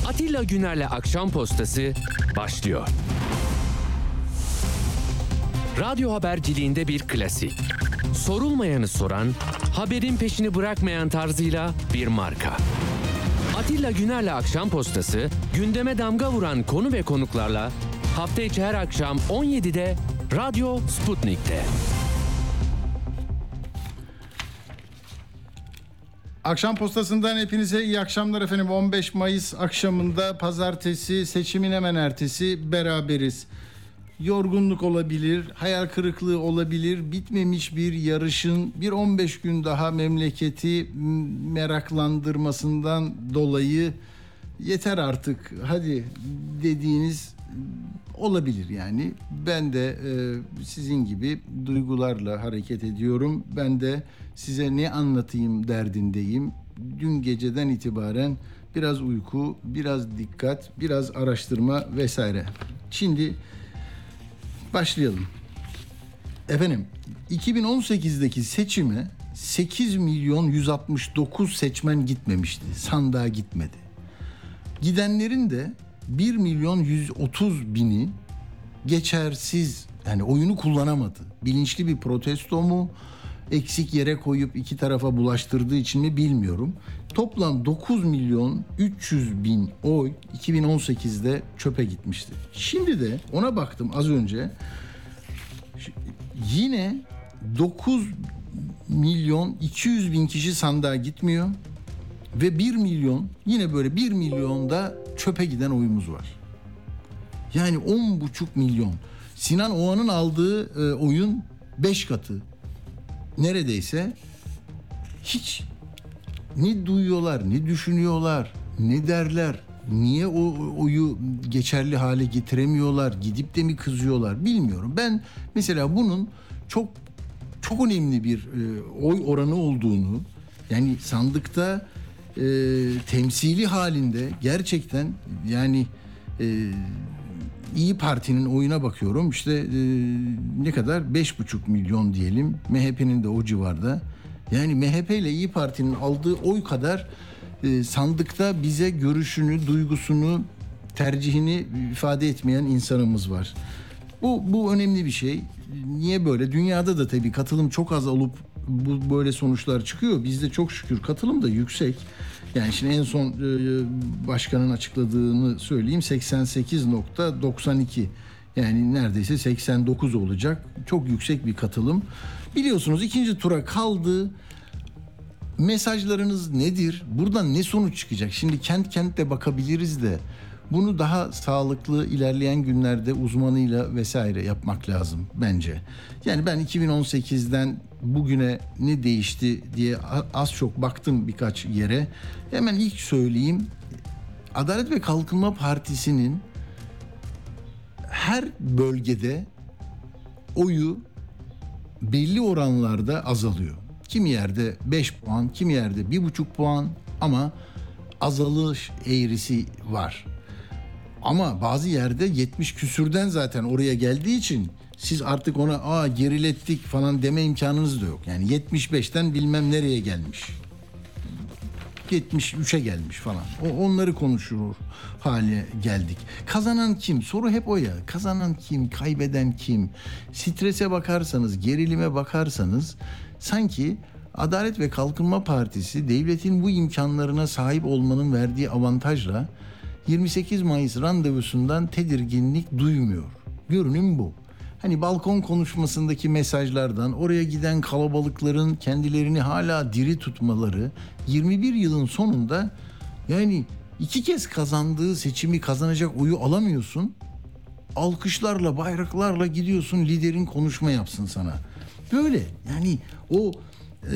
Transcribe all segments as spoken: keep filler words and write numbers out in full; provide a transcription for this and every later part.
Atilla Güner'le Akşam Postası başlıyor. Radyo haberciliğinde bir klasik. Sorulmayanı soran, haberin peşini bırakmayan tarzıyla bir marka. Atilla Güner'le Akşam Postası, gündeme damga vuran konu ve konuklarla hafta içi her akşam on yedide Radyo Sputnik'te. Akşam Postası'ndan hepinize iyi akşamlar efendim. on beş Mayıs akşamında, pazartesi, seçimin hemen ertesi, beraberiz. Yorgunluk olabilir, hayal kırıklığı olabilir, bitmemiş bir yarışın bir on beş gün daha memleketi meraklandırmasından dolayı yeter artık hadi dediğiniz olabilir yani. Ben de e, sizin gibi duygularla hareket ediyorum. Ben de size ne anlatayım derdindeyim. Dün geceden itibaren biraz uyku, biraz dikkat, biraz araştırma vesaire. Şimdi başlayalım. Efendim, iki bin on sekizdeki seçime sekiz milyon yüz altmış dokuz seçmen gitmemişti. Sandığa gitmedi. Gidenlerin de bir milyon yüz otuz bini geçersiz, yani oyunu kullanamadı. Bilinçli bir protesto mu, eksik yere koyup iki tarafa bulaştırdığı için mi bilmiyorum. Toplam dokuz milyon üç yüz bin oy iki bin on sekizde çöpe gitmişti. Şimdi de ona baktım az önce. Yine dokuz milyon iki yüz bin kişi sandığa gitmiyor. Ve bir milyon, yine böyle bir milyonda çöpe giden oyumuz var. Yani on buçuk milyon. Sinan Oğan'ın aldığı e, oyun beş katı. Neredeyse hiç ne duyuyorlar, ne düşünüyorlar, ne derler, niye o oyu geçerli hale getiremiyorlar, gidip de mi kızıyorlar bilmiyorum. Ben mesela bunun çok çok önemli bir e, oy oranı olduğunu, yani sandıkta e, temsili halinde gerçekten yani e, İyi Parti'nin oyuna bakıyorum işte e, ne kadar beş buçuk milyon diyelim, M H P'nin de o civarda. Yani M H P ile İyi Parti'nin aldığı oy kadar e, sandıkta bize görüşünü, duygusunu, tercihini ifade etmeyen insanımız var. Bu, bu önemli bir şey. Niye böyle? Dünyada da tabii katılım çok az olup bu böyle sonuçlar çıkıyor. Bizde çok şükür katılım da yüksek. Yani şimdi en son e, başkanın açıkladığını söyleyeyim, seksen sekiz nokta doksan iki, yani neredeyse seksen dokuz olacak. Çok yüksek bir katılım. Biliyorsunuz ikinci tura kaldı. Mesajlarınız nedir? Buradan ne sonuç çıkacak? Şimdi kent kent de bakabiliriz de bunu daha sağlıklı ilerleyen günlerde uzmanıyla vesaire yapmak lazım bence. Yani ben iki bin on sekizden bugüne ne değişti diye az çok baktım birkaç yere. Hemen ilk söyleyeyim. Adalet ve Kalkınma Partisi'nin her bölgede oyu belli oranlarda azalıyor. Kimi yerde beş puan, kimi yerde bir buçuk puan, ama azalış eğrisi var. Ama bazı yerde yetmiş küsürden zaten oraya geldiği için siz artık ona aa gerilettik falan deme imkanınız da yok. Yani yetmiş beşten bilmem nereye gelmiş, yetmiş üçe gelmiş falan. O, onları konuşur hale geldik. Kazanan kim? Soru hep o ya. Kazanan kim? Kaybeden kim? Strese bakarsanız, gerilime bakarsanız sanki Adalet ve Kalkınma Partisi devletin bu imkanlarına sahip olmanın verdiği avantajla yirmi sekiz Mayıs randevusundan tedirginlik duymuyor. Görünüm bu. Hani balkon konuşmasındaki mesajlardan, oraya giden kalabalıkların kendilerini hala diri tutmaları, yirmi bir yılın sonunda yani iki kez kazandığı seçimi kazanacak oyu alamıyorsun. Alkışlarla, bayraklarla gidiyorsun, liderin konuşma yapsın sana. Böyle yani o e,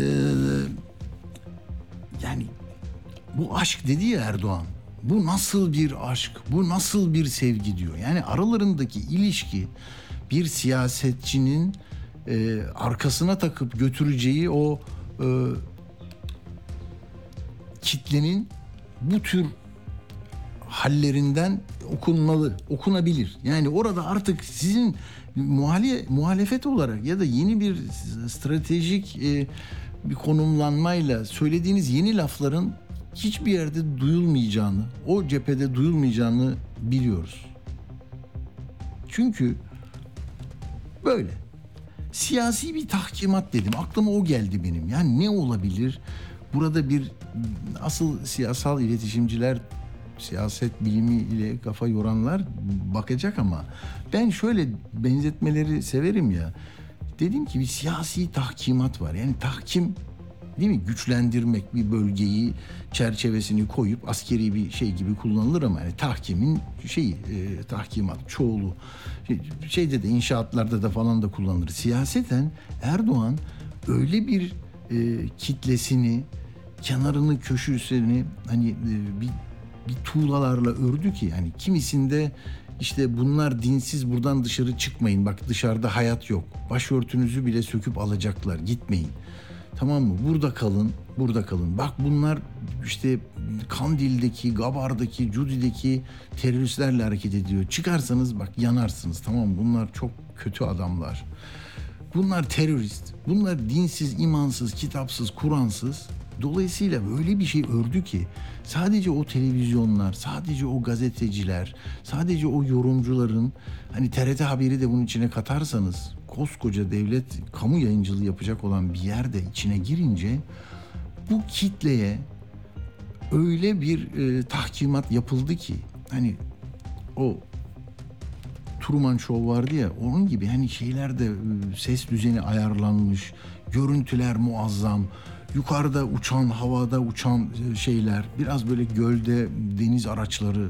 yani bu aşk dedi ya Erdoğan. Bu nasıl bir aşk, bu nasıl bir sevgi diyor. Yani aralarındaki ilişki bir siyasetçinin e, arkasına takıp götüreceği o e, kitlenin bu tür hallerinden okunmalı, okunabilir. Yani orada artık sizin muhali, muhalefet olarak ya da yeni bir stratejik e, bir konumlanmayla söylediğiniz yeni lafların hiçbir yerde duyulmayacağını, o cephede duyulmayacağını biliyoruz. Çünkü böyle. Siyasi bir tahkimat dedim. Aklıma o geldi benim. Yani ne olabilir? Burada bir asıl siyasal iletişimciler, siyaset bilimi ile kafa yoranlar bakacak ama ben şöyle benzetmeleri severim ya. Dedim ki bir siyasi tahkimat var. Yani tahkim, değil mi? Güçlendirmek, bir bölgeyi çerçevesini koyup askeri bir şey gibi kullanılır ama yani tahkimin şeyi, e, tahkimat çoğulu şey, şeyde de inşaatlarda da falan da kullanılır. Siyaseten Erdoğan öyle bir e, kitlesini, kenarını, köşesini hani e, bir bir tuğlalarla ördü ki yani kimisinde işte bunlar dinsiz, buradan dışarı çıkmayın, bak dışarıda hayat yok, başörtünüzü bile söküp alacaklar, gitmeyin. Tamam mı? Burada kalın, burada kalın. Bak bunlar işte Kandil'deki, Gabar'daki, Cudi'deki teröristlerle hareket ediyor. Çıkarsanız bak yanarsınız, tamam mı? Bunlar çok kötü adamlar. Bunlar terörist, bunlar dinsiz, imansız, kitapsız, Kur'ansız. Dolayısıyla öyle bir şey ördü ki sadece o televizyonlar, sadece o gazeteciler, sadece o yorumcuların, hani T R T Haberi de bunun içine katarsanız, koskoca devlet kamu yayıncılığı yapacak olan bir yerde içine girince bu kitleye öyle bir e, tahkimat yapıldı ki hani o Truman Show vardı ya, onun gibi hani şeylerde ses düzeni ayarlanmış, görüntüler muazzam, yukarıda uçan, havada uçan şeyler, biraz böyle gölde deniz araçları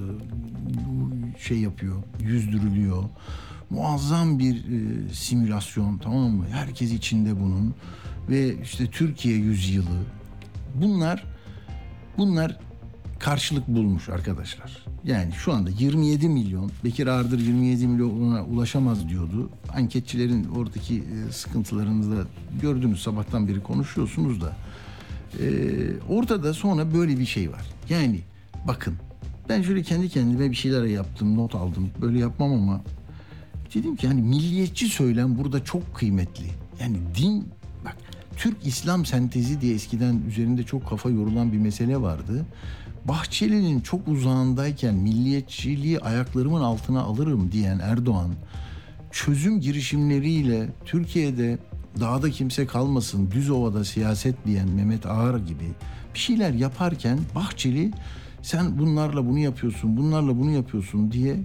şey yapıyor, yüzdürülüyor. Muazzam bir simülasyon, tamam mı? Herkes içinde bunun ve işte Türkiye yüzyılı. Bunlar bunlar karşılık bulmuş arkadaşlar. Yani şu anda yirmi yedi milyon, Bekir Ardır yirmi yedi milyona ulaşamaz diyordu. Anketçilerin oradaki sıkıntılarını da gördünüz, sabahtan beri konuşuyorsunuz da. Ee, ortada sonra böyle bir şey var. Yani bakın, ben şöyle kendi kendime bir şeyler yaptım, not aldım. Böyle yapmam ama dedim ki hani milliyetçi söylem burada çok kıymetli. Yani din, bak Türk-İslam sentezi diye eskiden üzerinde çok kafa yorulan bir mesele vardı. Bahçeli'nin çok uzağındayken milliyetçiliği ayaklarımın altına alırım diyen Erdoğan, çözüm girişimleriyle Türkiye'de dağda kimse kalmasın, Düzova'da siyaset diyen Mehmet Ağar gibi bir şeyler yaparken Bahçeli sen bunlarla bunu yapıyorsun, bunlarla bunu yapıyorsun diye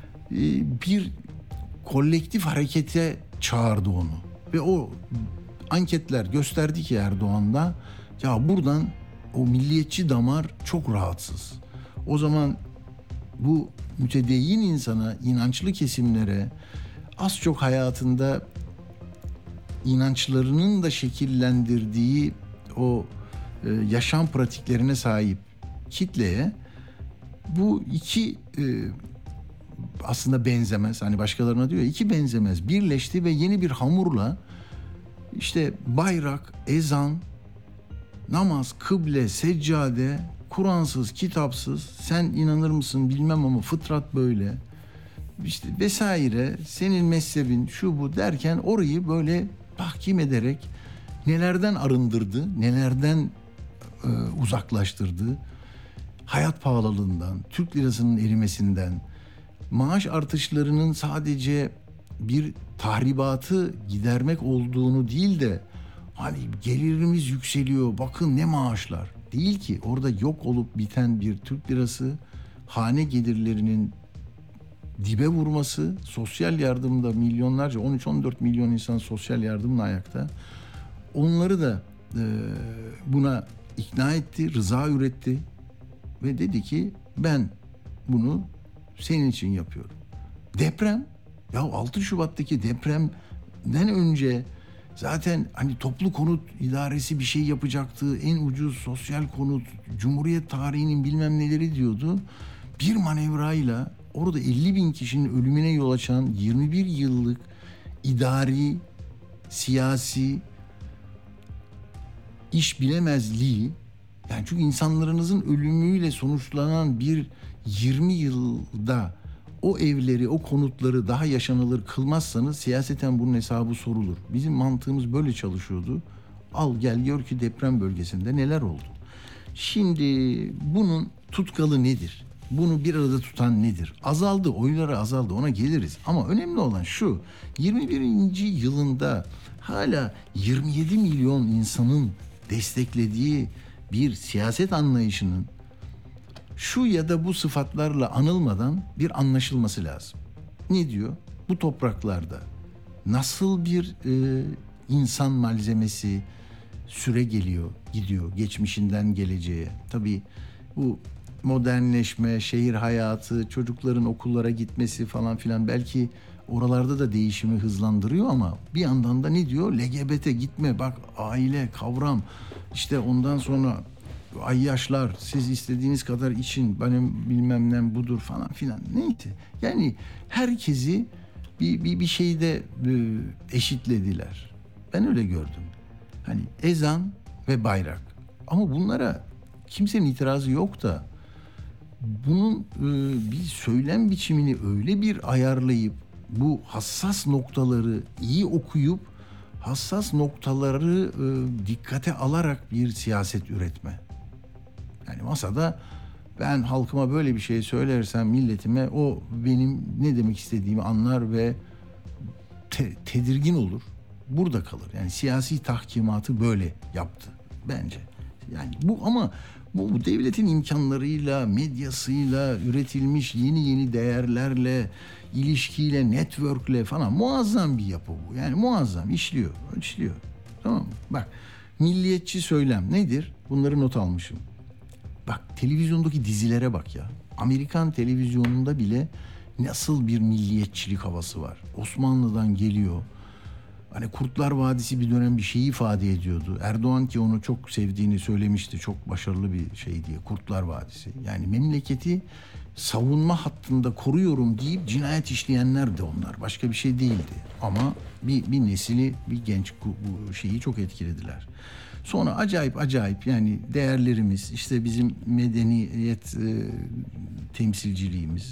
bir kolektif harekete çağırdı onu. Ve o anketler gösterdi ki Erdoğan'da ya buradan o milliyetçi damar çok rahatsız. O zaman bu mütedeyyin insana, inançlı kesimlere az çok hayatında inançlarının da şekillendirdiği o e, yaşam pratiklerine sahip kitleye bu iki e, aslında benzemez. Hani başkalarına diyor iki benzemez. Birleşti ve yeni bir hamurla işte bayrak, ezan, namaz, kıble, seccade, Kur'ansız, kitapsız, sen inanır mısın bilmem ama fıtrat böyle, işte vesaire, senin mezhebin şu bu derken orayı böyle tahkim ederek nelerden arındırdı, nelerden e, uzaklaştırdı, hayat pahalılığından, Türk lirasının erimesinden, maaş artışlarının sadece bir tahribatı gidermek olduğunu değil de hani gelirimiz yükseliyor, bakın ne maaşlar değil ki. Orada yok olup biten bir Türk lirası, hane gelirlerinin dibe vurması, sosyal yardımda milyonlarca, on üç on dört milyon insan sosyal yardımla ayakta. Onları da e, buna ikna etti, rıza üretti ve dedi ki ben bunu senin için yapıyorum. Deprem, ya altı Şubat'taki depremden önce zaten hani toplu konut idaresi bir şey yapacaktı. En ucuz sosyal konut, Cumhuriyet tarihinin bilmem neleri diyordu. Bir manevrayla orada elli bin kişinin ölümüne yol açan yirmi bir yıllık idari, siyasi iş bilemezliği, yani çünkü insanlarınızın ölümüyle sonuçlanan bir yirmi yılda o evleri, o konutları daha yaşanılır kılmazsanız siyaseten bunun hesabı sorulur. Bizim mantığımız böyle çalışıyordu. Al gel gör ki deprem bölgesinde neler oldu. Şimdi bunun tutkalı nedir? Bunu bir arada tutan nedir? Azaldı, oyları azaldı, ona geliriz. Ama önemli olan şu, yirmi birinci yılında hala yirmi yedi milyon insanın desteklediği bir siyaset anlayışının şu ya da bu sıfatlarla anılmadan bir anlaşılması lazım. Ne diyor? Bu topraklarda nasıl bir e, insan malzemesi süre geliyor, gidiyor geçmişinden geleceğe. Tabii bu modernleşme, şehir hayatı, çocukların okullara gitmesi falan filan belki oralarda da değişimi hızlandırıyor ama bir yandan da ne diyor? L G B T gitme, bak aile, kavram, işte ondan sonra ayyaşlar, siz istediğiniz kadar için, benim bilmem ne budur falan filan. Neydi? Yani herkesi bir, bir, bir şeyde eşitlediler. Ben öyle gördüm. Hani ezan ve bayrak. Ama bunlara kimsenin itirazı yok da bunun e, bir söylem biçimini öyle bir ayarlayıp bu hassas noktaları iyi okuyup hassas noktaları e, dikkate alarak bir siyaset üretme. Yani masada ben halkıma böyle bir şey söylersem milletime o benim ne demek istediğimi anlar ve te- tedirgin olur. Burada kalır. Yani siyasi tahkimatı böyle yaptı bence. Yani bu ama bu, bu devletin imkanlarıyla, medyasıyla üretilmiş yeni yeni değerlerle, ilişkiyle, network'le falan muazzam bir yapı bu. Yani muazzam işliyor, işliyor. Tamam mı? Bak, milliyetçi söylem nedir? Bunları not almışım. Bak, televizyondaki dizilere bak ya. Amerikan televizyonunda bile nasıl bir milliyetçilik havası var. Osmanlı'dan geliyor. Hani Kurtlar Vadisi bir dönem bir şeyi ifade ediyordu. Erdoğan ki onu çok sevdiğini söylemişti. Çok başarılı bir şey diye. Kurtlar Vadisi. Yani memleketi savunma hattında koruyorum deyip cinayet işleyenler de onlar. Başka bir şey değildi. Ama bir, bir nesili, bir genç bu şeyi çok etkilediler. Sonra acayip acayip yani değerlerimiz, işte bizim medeniyet e, temsilciliğimiz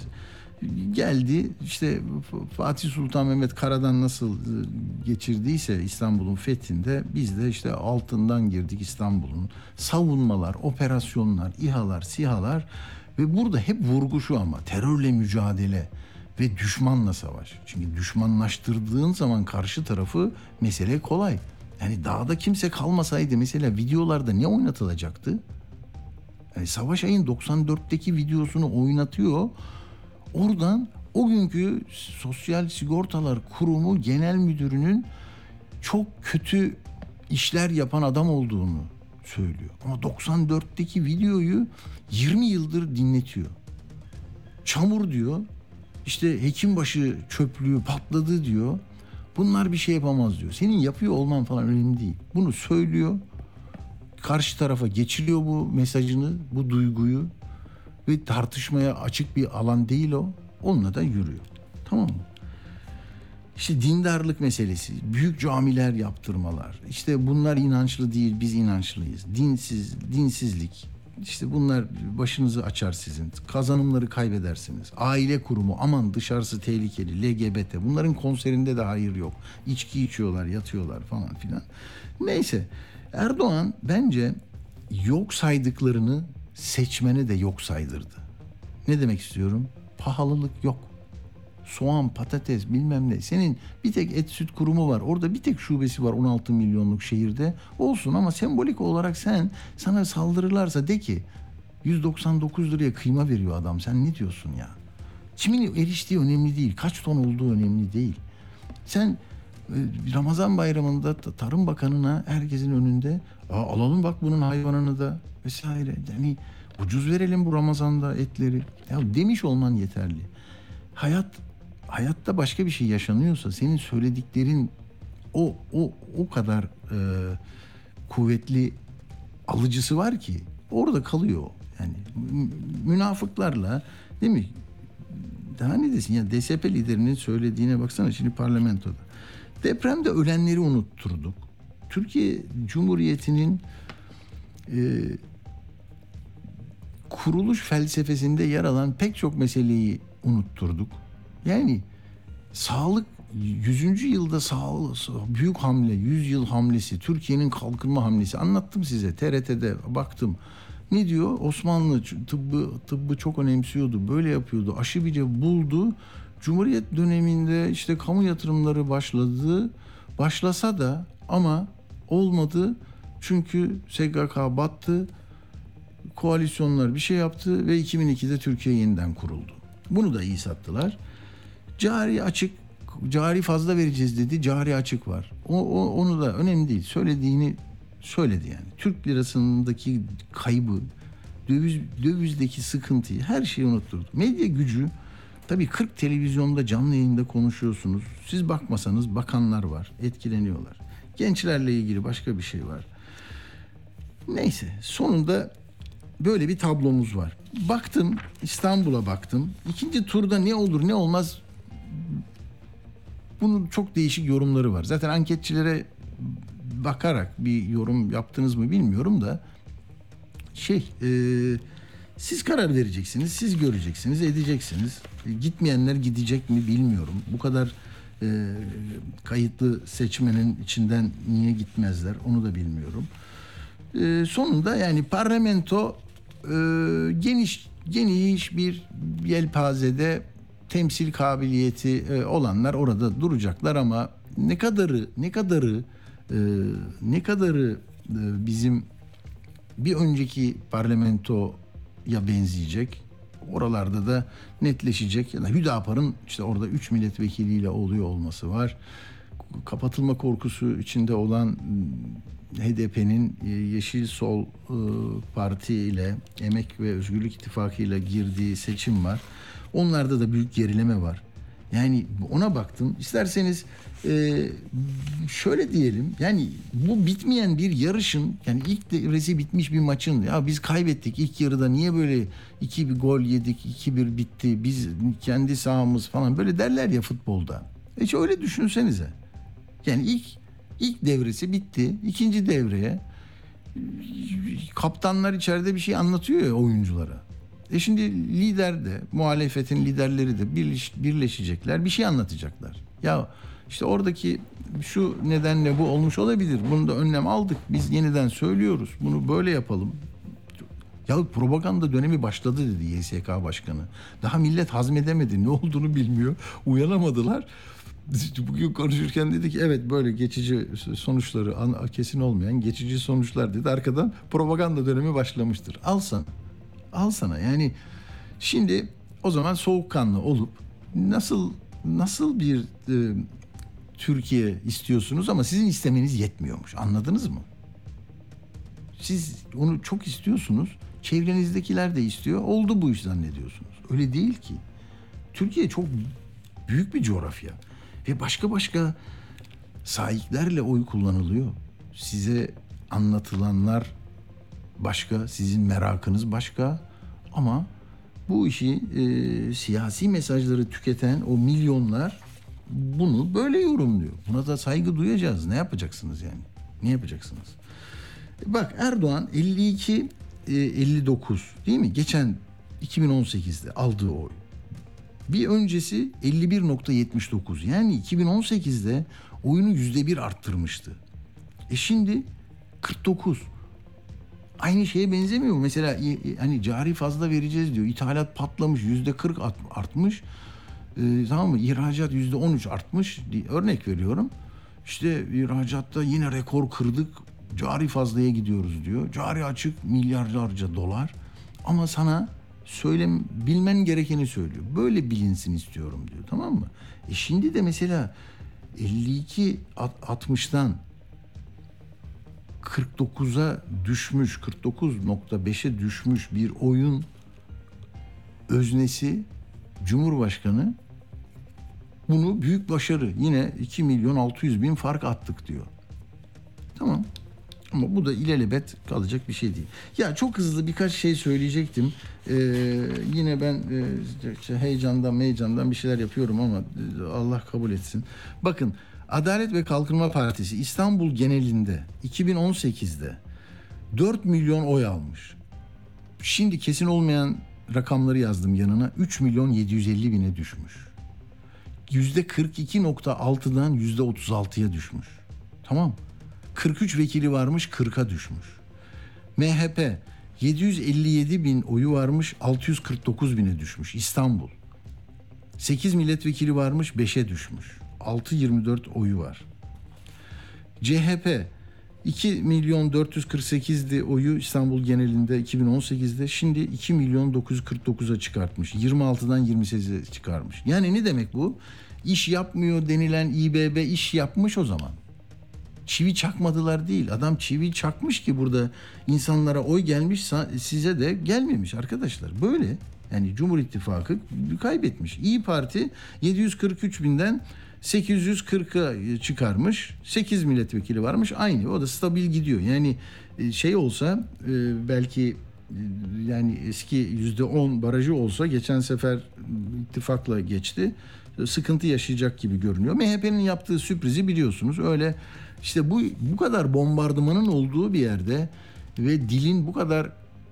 geldi. İşte Fatih Sultan Mehmet karadan nasıl geçirdiyse İstanbul'un fethinde biz de işte altından girdik İstanbul'un. Savunmalar, operasyonlar, İHA'lar, SİHA'lar ve burada hep vurgu şu ama terörle mücadele ve düşmanla savaş. Çünkü düşmanlaştırdığın zaman karşı tarafı mesele kolay. Yani dağda kimse kalmasaydı mesela videolarda ne oynatılacaktı? Yani Savaş Ay'ın doksan dörtteki videosunu oynatıyor. Oradan o günkü Sosyal Sigortalar Kurumu Genel Müdürü'nün çok kötü işler yapan adam olduğunu söylüyor. Ama doksan dörtteki videoyu yirmi yıldır dinletiyor. Çamur diyor. İşte Hekimbaşı çöplüğü patladı diyor. Bunlar bir şey yapamaz diyor. Senin yapıyor olman falan önemli değil. Bunu söylüyor. Karşı tarafa geçiriyor bu mesajını, bu duyguyu. Ve tartışmaya açık bir alan değil o. Onunla da yürüyor. Tamam mı? İşte dindarlık meselesi, büyük camiler yaptırmalar. İşte bunlar inançlı değil, biz inançlıyız. Dinsiz, dinsizlik. İşte bunlar başınızı açar sizin. Kazanımları kaybedersiniz. Aile kurumu, aman dışarısı tehlikeli, L G B T. Bunların konserinde de hayır yok. İçki içiyorlar, yatıyorlar falan filan. Neyse, Erdoğan bence yok saydıklarını seçmene de yok saydırdı. Ne demek istiyorum? Pahalılık yok. Soğan, patates bilmem ne. Senin bir tek et süt kurumu var. Orada bir tek şubesi var on altı milyonluk şehirde. Olsun ama sembolik olarak sen sana saldırırlarsa de ki yüz doksan dokuz liraya kıyma veriyor adam. Sen ne diyorsun ya? Kimin eriştiği önemli değil. Kaç ton olduğu önemli değil. Sen Ramazan bayramında Tarım Bakanı'na herkesin önünde alalım bak bunun hayvanını da vesaire. Yani ucuz verelim bu Ramazan'da etleri. Ya demiş olman yeterli. Hayat hayatta başka bir şey yaşanıyorsa senin söylediklerin o o o kadar e, kuvvetli alıcısı var ki orada kalıyor. Yani münafıklarla değil mi? Daha ne desin ya, D S P liderinin söylediğine baksana şimdi parlamentoda. Depremde ölenleri unutturduk. Türkiye Cumhuriyeti'nin e, kuruluş felsefesinde yer alan pek çok meseleyi unutturduk. Yani sağlık yüzüncü yılda sağlık büyük hamle, yüz yıl hamlesi, Türkiye'nin kalkınma hamlesi anlattım size. T R T'de baktım. Ne diyor? Osmanlı tıbbı tıbbı çok önemsiyordu. Böyle yapıyordu. Aşı bile buldu. Cumhuriyet döneminde işte kamu yatırımları başladı. Başlasa da ama olmadı. Çünkü S G K battı. Koalisyonlar bir şey yaptı ve iki bin ikide Türkiye yeniden kuruldu. Bunu da iyi sattılar. Cari açık, cari fazla vereceğiz dedi. Cari açık var. O, o onu da önemli değil. Söylediğini söyledi yani. Türk lirasındaki kaybı, döviz dövizdeki sıkıntıyı, her şeyi unutturdu. Medya gücü, tabii kırk televizyonda canlı yayında konuşuyorsunuz. Siz bakmasanız bakanlar var, etkileniyorlar. Gençlerle ilgili başka bir şey var. Neyse, sonunda böyle bir tablomuz var. Baktım, İstanbul'a baktım. İkinci turda ne olur ne olmaz, bunun çok değişik yorumları var. Zaten anketçilere bakarak bir yorum yaptınız mı bilmiyorum da şey e, siz karar vereceksiniz, siz göreceksiniz, edeceksiniz. E, gitmeyenler gidecek mi bilmiyorum. Bu kadar e, kayıtlı seçmenin içinden niye gitmezler onu da bilmiyorum. E, sonunda yani parlamento e, geniş geniş bir yelpazede temsil kabiliyeti e, olanlar orada duracaklar ama ne kadarı ne kadarı e, ne kadarı e, bizim bir önceki parlamentoya benzeyecek, oralarda da netleşecek. Ya da Hüdapar'ın işte orada üç milletvekiliyle oluyor olması var. Kapatılma korkusu içinde olan H D P'nin Yeşil Sol Parti ile Emek ve Özgürlük İttifakı ile girdiği seçim var. Onlarda da büyük gerileme var. Yani ona baktım. İsterseniz e, şöyle diyelim. Yani bu bitmeyen bir yarışın, yani ilk devresi bitmiş bir maçın, ya biz kaybettik ilk yarıda, niye böyle iki bir gol yedik, iki bir bitti, biz kendi sahamız falan böyle derler ya futbolda. Hiç öyle düşünsenize. Yani ilk ilk devresi bitti. İkinci devreye kaptanlar içeride bir şey anlatıyor ya oyunculara. E şimdi lider de, muhalefetin liderleri de birleş, birleşecekler, bir şey anlatacaklar. Ya işte oradaki şu nedenle bu olmuş olabilir. Bunu da önlem aldık. Biz yeniden söylüyoruz. Bunu böyle yapalım. Ya propaganda dönemi başladı dedi Y S K Başkanı. Daha millet hazmedemedi. Ne olduğunu bilmiyor. Uyanamadılar. Bugün konuşurken dedik ki evet böyle geçici sonuçları kesin olmayan geçici sonuçlar dedi. Arkadan propaganda dönemi başlamıştır. Al sana. Al sana yani şimdi o zaman soğukkanlı olup nasıl nasıl bir e, Türkiye istiyorsunuz ama sizin istemeniz yetmiyormuş, anladınız mı? Siz onu çok istiyorsunuz, çevrenizdekiler de istiyor, oldu bu iş zannediyorsunuz. Öyle değil ki. Türkiye çok büyük bir coğrafya ve başka başka sahiplerle oy kullanılıyor. Size anlatılanlar başka, sizin merakınız başka ama bu işi e, siyasi mesajları tüketen o milyonlar bunu böyle yorumluyor. Buna da saygı duyacağız. Ne yapacaksınız yani? Ne yapacaksınız? Bak Erdoğan elli iki elli dokuz değil mi? Geçen iki bin on sekizde aldığı oy. Bir öncesi elli bir virgül yetmiş dokuz. Yani iki bin on sekizde oyunu yüzde bir arttırmıştı. E şimdi kırk dokuz. Aynı şeye benzemiyor mu? Mesela hani cari fazla vereceğiz diyor. İthalat patlamış, yüzde kırk artmış. Ee, tamam mı? İhracat yüzde on üç artmış. Örnek veriyorum. İşte ihracatta yine rekor kırdık. Cari fazlaya gidiyoruz diyor. Cari açık milyarlarca dolar. Ama sana söylem bilmen gerekeni söylüyor. Böyle bilinsin istiyorum diyor. Tamam mı? E şimdi de mesela elli iki altmıştan kırk dokuza düşmüş, kırk dokuz nokta beşe düşmüş bir oyun öznesi Cumhurbaşkanı bunu büyük başarı, yine iki milyon altı yüz bin fark attık diyor. Tamam. Ama bu da ilelebet kalacak bir şey değil. Ya çok hızlı birkaç şey söyleyecektim. Ee, yine ben e, heyecandan meyecandan bir şeyler yapıyorum ama e, Allah kabul etsin. Bakın Adalet ve Kalkınma Partisi İstanbul genelinde iki bin on sekizde dört milyon oy almış. Şimdi kesin olmayan rakamları yazdım yanına. üç milyon yedi yüz elli bine düşmüş. yüzde kırk iki nokta altıdan yüzde otuz altıya düşmüş. Tamam. kırk üç vekili varmış, kırka düşmüş. M H P yedi yüz elli yedi bin oyu varmış, altı yüz kırk dokuz bine düşmüş İstanbul. sekiz milletvekili varmış, beşe düşmüş. altı yüz yirmi dört oyu var. C H P iki milyon dört yüz kırk sekizdi oyu İstanbul genelinde iki bin on sekizde. Şimdi iki milyon dokuz yüz kırk dokuza çıkartmış. yirmi altıdan yirmi sekize çıkarmış. Yani ne demek bu? İş yapmıyor denilen İ B B iş yapmış o zaman. Çivi çakmadılar değil. Adam çivi çakmış ki burada insanlara oy gelmiş, size de gelmemiş arkadaşlar. Böyle. Yani Cumhur İttifakı kaybetmiş. İyi Parti yedi yüz kırk üç binden sekiz yüz kırka çıkarmış. sekiz milletvekili varmış. Aynı. O da stabil gidiyor. Yani şey olsa belki yani eski yüzde on barajı olsa geçen sefer ittifakla geçti. Sıkıntı yaşayacak gibi görünüyor. M H P'nin yaptığı sürprizi biliyorsunuz. Öyle işte bu bu kadar bombardımanın olduğu bir yerde ve dilin bu kadar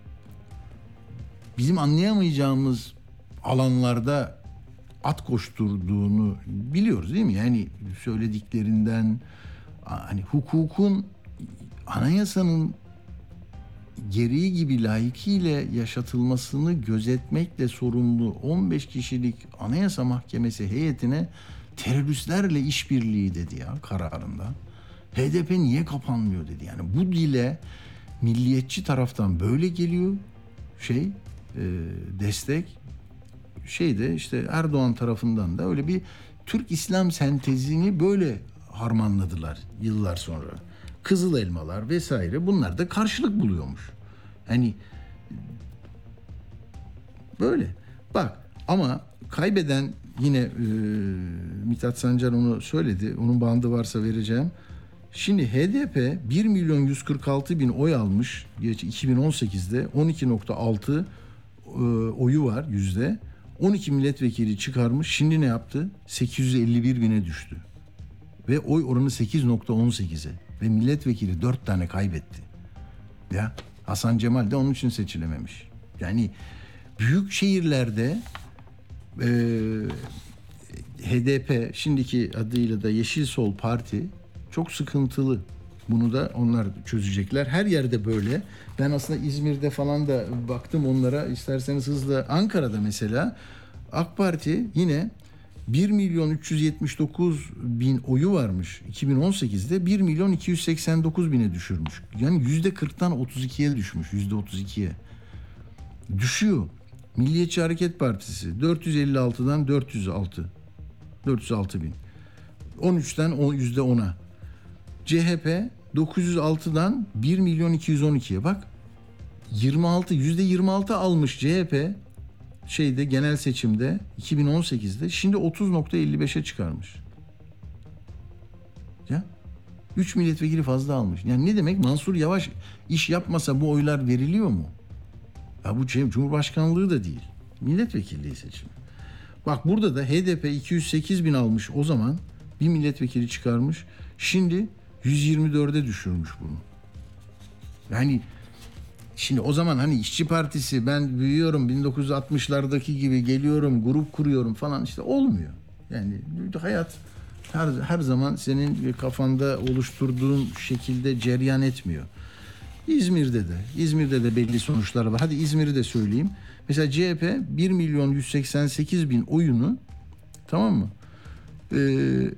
bizim anlayamayacağımız alanlarda at koşturduğunu biliyoruz değil mi? Yani söylediklerinden hani hukukun, anayasanın gereği gibi layıkıyla yaşatılmasını gözetmekle sorumlu on beş kişilik Anayasa Mahkemesi heyetine teröristlerle işbirliği dedi ya kararında. H D P niye kapanmıyor dedi. Yani bu dile milliyetçi taraftan böyle geliyor şey e, destek şeyde işte Erdoğan tarafından da öyle bir Türk İslam sentezini böyle harmanladılar yıllar sonra. Kızıl elmalar vesaire bunlar da karşılık buluyormuş. Hani böyle. Bak ama kaybeden yine e, Mithat Sancar onu söyledi. Onun bandı varsa vereceğim. Şimdi H D P bir milyon yüz kırk altı bin oy almış. iki bin on sekizde on iki nokta altı e, oyu var yüzde. on iki milletvekili çıkarmış. Şimdi ne yaptı? sekiz yüz elli bir bine düştü. Ve oy oranı sekiz nokta on sekize. Ve milletvekili dört tane kaybetti. Ya Hasan Cemal de onun için seçilememiş. Yani büyük şehirlerde e, H D P şimdiki adıyla da Yeşil Sol Parti çok sıkıntılı. Bunu da onlar çözecekler. Her yerde böyle. Ben aslında İzmir'de falan da baktım onlara. İsterseniz hızlı. Ankara'da mesela AK Parti yine bir milyon üç yüz yetmiş dokuz bin oyu varmış. iki bin on sekizde bir milyon iki yüz seksen dokuz bine düşürmüş. Yani yüzde kırktan otuz ikiye düşmüş. yüzde otuz ikiye. Düşüyor. Milliyetçi Hareket Partisi dört yüz elli altıdan dört yüz altı. dört yüz altı bin. on üçten yüzde ona. C H P dokuz yüz altıdan bir milyon iki yüz on ikiye. Bak yirmi altı yüzde yirmi altı almış C H P şeyde genel seçimde iki bin on sekizde şimdi otuz nokta elli beşe çıkarmış. Ya üç milletvekili fazla almış. Yani ne demek? Mansur Yavaş iş yapmasa bu oylar veriliyor mu? Ya bu Cumhurbaşkanlığı da değil. Milletvekilliği seçimi. Bak burada da H D P iki yüz sekiz bin almış o zaman. Bir milletvekili çıkarmış. Şimdi yüz yirmi dörde düşürmüş bunu. Yani şimdi o zaman hani İşçi Partisi ben büyüyorum bin dokuz yüz altmışlardaki gibi geliyorum grup kuruyorum falan işte olmuyor. Yani hayat her, her zaman senin kafanda oluşturduğun şekilde cereyan etmiyor. İzmir'de de İzmir'de de belli sonuçlar var. Hadi İzmir'i de söyleyeyim. Mesela C H P bir milyon yüz seksen sekiz bin oyunu tamam mı? Ee,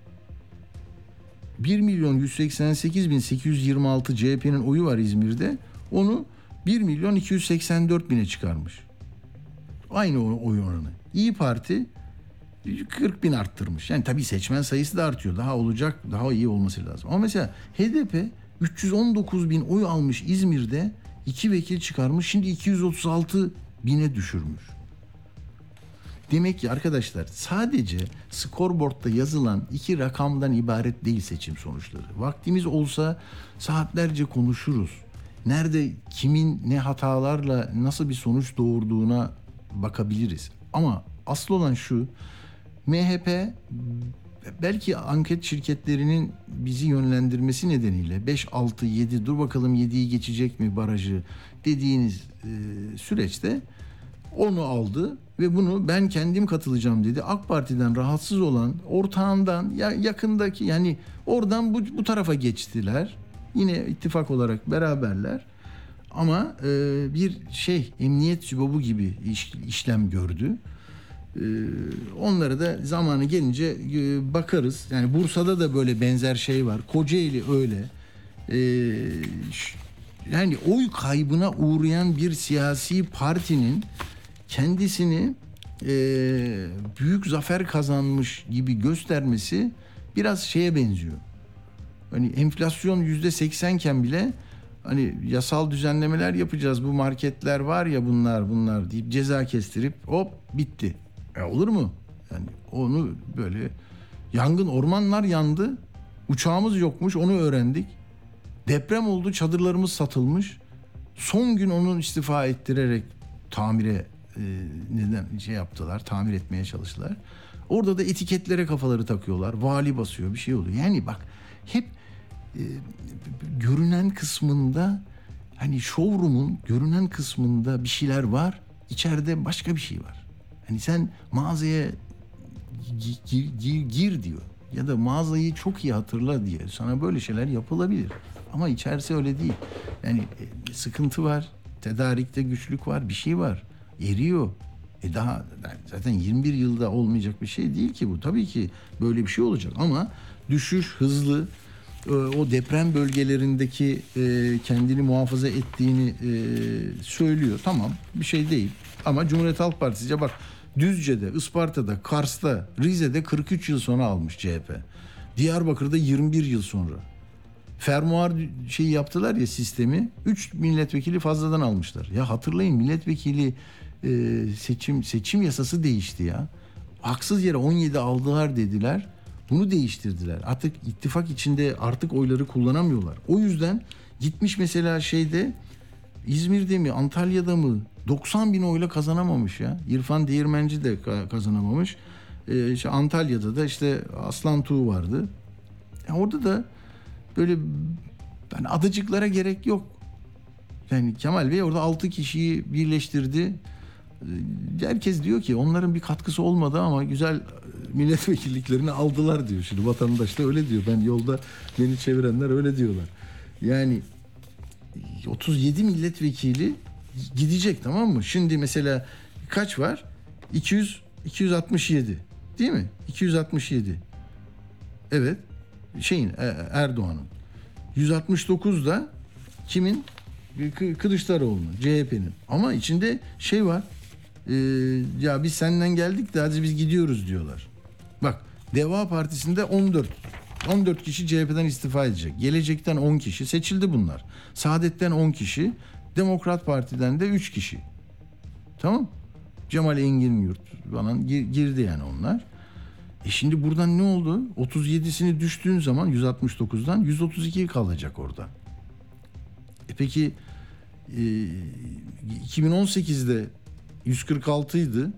bir milyon yüz seksen sekiz bin sekiz yüz yirmi altı C H P'nin oyu var İzmir'de. Onu bir milyon iki yüz seksen dört bine çıkarmış. Aynı oy oranı. İyi Parti kırk bin arttırmış. Yani tabii seçmen sayısı da artıyor. Daha olacak, daha iyi olması lazım. Ama mesela H D P üç yüz on dokuz bin oy almış İzmir'de. iki vekil çıkarmış. Şimdi iki yüz otuz altı bine düşürmüş. Demek ki arkadaşlar sadece skorboardta yazılan iki rakamdan ibaret değil seçim sonuçları. Vaktimiz olsa saatlerce konuşuruz. Nerede kimin ne hatalarla nasıl bir sonuç doğurduğuna bakabiliriz. Ama asıl olan şu, M H P belki anket şirketlerinin bizi yönlendirmesi nedeniyle beş, altı, yedi dur bakalım yediyi geçecek mi barajı dediğiniz e, süreçte onu aldı ve bunu ben kendim katılacağım dedi. AK Parti'den rahatsız olan ortağından ya yakındaki yani oradan bu, bu tarafa geçtiler. Yine ittifak olarak beraberler. ama e, bir şey emniyet sübabı gibi iş, işlem gördü. E, onlara da zamanı gelince e, bakarız. Yani Bursa'da da böyle benzer şey var. Kocaeli öyle. E, ş- yani oy kaybına uğrayan bir siyasi partinin kendisini e, büyük zafer kazanmış gibi göstermesi biraz şeye benziyor. Hani enflasyon yüzde seksenken bile hani yasal düzenlemeler yapacağız, bu marketler var ya bunlar bunlar deyip ceza kestirip hop bitti. E olur mu? Yani onu böyle yangın, ormanlar yandı, uçağımız yokmuş, onu öğrendik. Deprem oldu, çadırlarımız satılmış. Son gün onu istifa ettirerek tamire e, neden şey yaptılar, tamir etmeye çalıştılar. Orada da etiketlere kafaları takıyorlar. Vali basıyor, bir şey oluyor. Yani bak hep e, görünen kısmında, hani showroom'un görünen kısmında bir şeyler var. İçeride başka bir şey var. Hani sen mağazaya gi- gir, gir, gir diyor. Ya da mağazayı çok iyi hatırla diye. Sana böyle şeyler yapılabilir. Ama içerisi öyle değil. Yani e, sıkıntı var. Tedarikte güçlük var. Bir şey var. Eriyor. E daha zaten yirmi bir yılda olmayacak bir şey değil ki bu. Tabii ki böyle bir şey olacak ama düşüş hızlı. E, o deprem bölgelerindeki e, kendini muhafaza ettiğini e, söylüyor. Tamam, bir şey değil. Ama Cumhuriyet Halk Partisi'ce bak, Düzce'de, Isparta'da, Kars'ta, Rize'de kırk üç yıl sonra almış C H P. Diyarbakır'da yirmi bir yıl sonra. Fermuar şeyi yaptılar ya, sistemi. üç milletvekili fazladan almışlar. Ya hatırlayın, milletvekili e, seçim seçim yasası değişti ya. Haksız yere on yedi aldılar dediler. Bunu değiştirdiler. Artık ittifak içinde artık oyları kullanamıyorlar. O yüzden gitmiş mesela şeyde, İzmir'de mi Antalya'da mı doksan bin oyla kazanamamış ya. İrfan Değirmenci de kazanamamış. Ee, işte Antalya'da da işte Aslan Tuğ vardı. Yani orada da böyle yani adacıklara gerek yok. Yani Kemal Bey orada altı kişiyi birleştirdi. Herkes diyor ki onların bir katkısı olmadı ama güzel milletvekilliklerini aldılar diyor. Şimdi vatandaş da öyle diyor. Ben yolda beni çevirenler öyle diyorlar. Yani otuz yedi milletvekili gidecek, tamam mı? Şimdi mesela kaç var? iki yüz iki yüz altmış yedi. Değil mi? iki yüz altmış yedi. Evet. Şeyin Erdoğan'ın. yüz altmış dokuz da kimin? Kılıçdaroğlu'nun, C H P'nin. Ama içinde şey var. Ee, ya biz senden geldik de hadi biz gidiyoruz diyorlar. Bak, Deva Partisi'nde on dört on dört kişi C H P'den istifa edecek. Gelecek'ten on kişi seçildi bunlar. Saadet'ten on kişi, Demokrat Parti'den de üç kişi. Tamam? Cemal Engin Yurt falan girdi yani onlar. E şimdi buradan ne oldu? otuz yedisini düştüğün zaman yüz altmış dokuzdan yüz otuz iki kalacak orada. E peki e, iki bin on sekizde yüz kırk altıydı.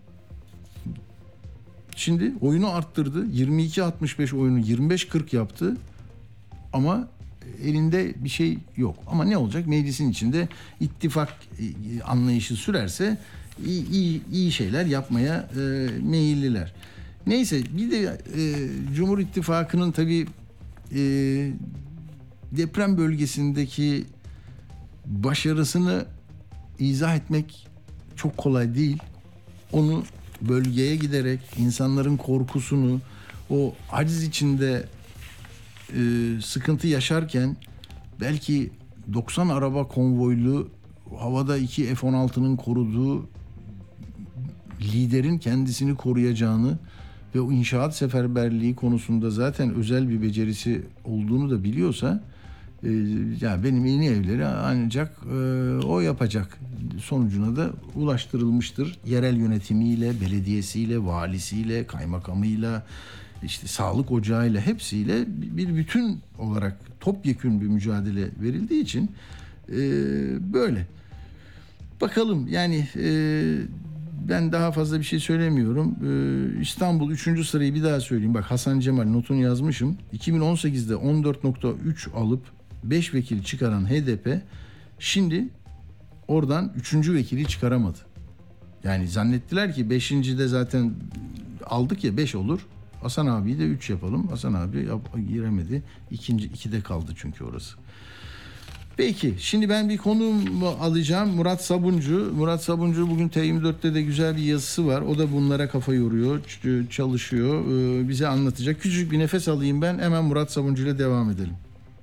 Şimdi oyunu arttırdı. yirmi iki altmış beş oyunu yirmi beş kırk yaptı. Ama elinde bir şey yok. Ama ne olacak? Meclisin içinde ittifak anlayışı sürerse iyi, iyi, iyi şeyler yapmaya e, meyilliler. Neyse, bir de e, Cumhur İttifakı'nın tabii e, deprem bölgesindeki başarısını izah etmek çok kolay değil. Onu bölgeye giderek insanların korkusunu, o aciz içinde e, sıkıntı yaşarken belki doksan araba konvoylu havada iki F on altının koruduğu liderin kendisini koruyacağını ve o inşaat seferberliği konusunda zaten özel bir becerisi olduğunu da biliyorsa e, ya benim yeni evleri ancak e, o yapacak sonucuna da ulaştırılmıştır. Yerel yönetimiyle, belediyesiyle, valisiyle, kaymakamıyla, işte sağlık ocağıyla, hepsiyle bir bütün olarak topyekün bir mücadele verildiği için e, böyle. Bakalım yani e, ben daha fazla bir şey söylemiyorum. Ee, İstanbul üçüncü sırayı bir daha söyleyeyim. Bak, Hasan Cemal notunu yazmışım. iki bin on sekizde on dört nokta üç alıp beş vekil çıkaran H D P şimdi oradan üçüncü vekili çıkaramadı. Yani zannettiler ki beşincide zaten aldık ya beş olur. Hasan abiyi de üç yapalım. Hasan abi yap, giremedi. İkinci ikide kaldı çünkü orası. Peki şimdi ben bir konuğumu alacağım. Murat Sabuncu. Murat Sabuncu bugün T yirmi dört'te de güzel bir yazısı var. O da bunlara kafa yoruyor, çalışıyor. Bize anlatacak. Küçük bir nefes alayım ben. Hemen Murat Sabuncu ile devam edelim.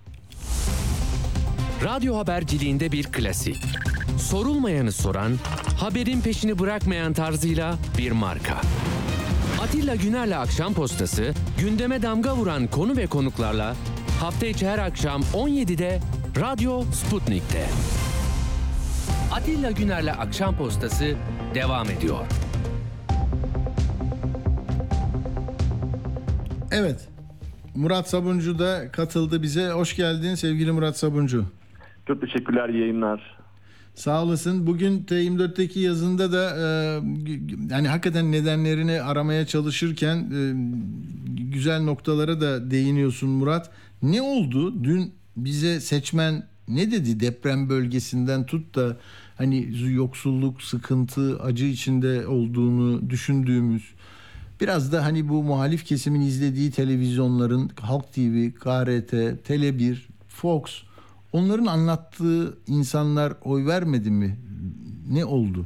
Radyo haberciliğinde bir klasik. Sorulmayanı soran, haberin peşini bırakmayan tarzıyla bir marka. Atilla Güner'le Akşam Postası, gündeme damga vuran konu ve konuklarla hafta içi her akşam on yedide Radyo Sputnik'te. Atilla Güner'le Akşam Postası devam ediyor. Evet, Murat Sabuncu da katıldı bize. Hoş geldin sevgili Murat Sabuncu. Çok teşekkürler, yayınlar. Sağ olasın. Bugün T yirmi dört'teki yazında da e, yani hakikaten nedenlerini aramaya çalışırken e, güzel noktalara da değiniyorsun Murat. Ne oldu? Dün bize seçmen ne dedi deprem bölgesinden tut da hani yoksulluk, sıkıntı, acı içinde olduğunu düşündüğümüz, biraz da hani bu muhalif kesimin izlediği televizyonların Halk T V, K R T, Tele bir, Fox, onların anlattığı insanlar oy vermedi mi? Ne oldu?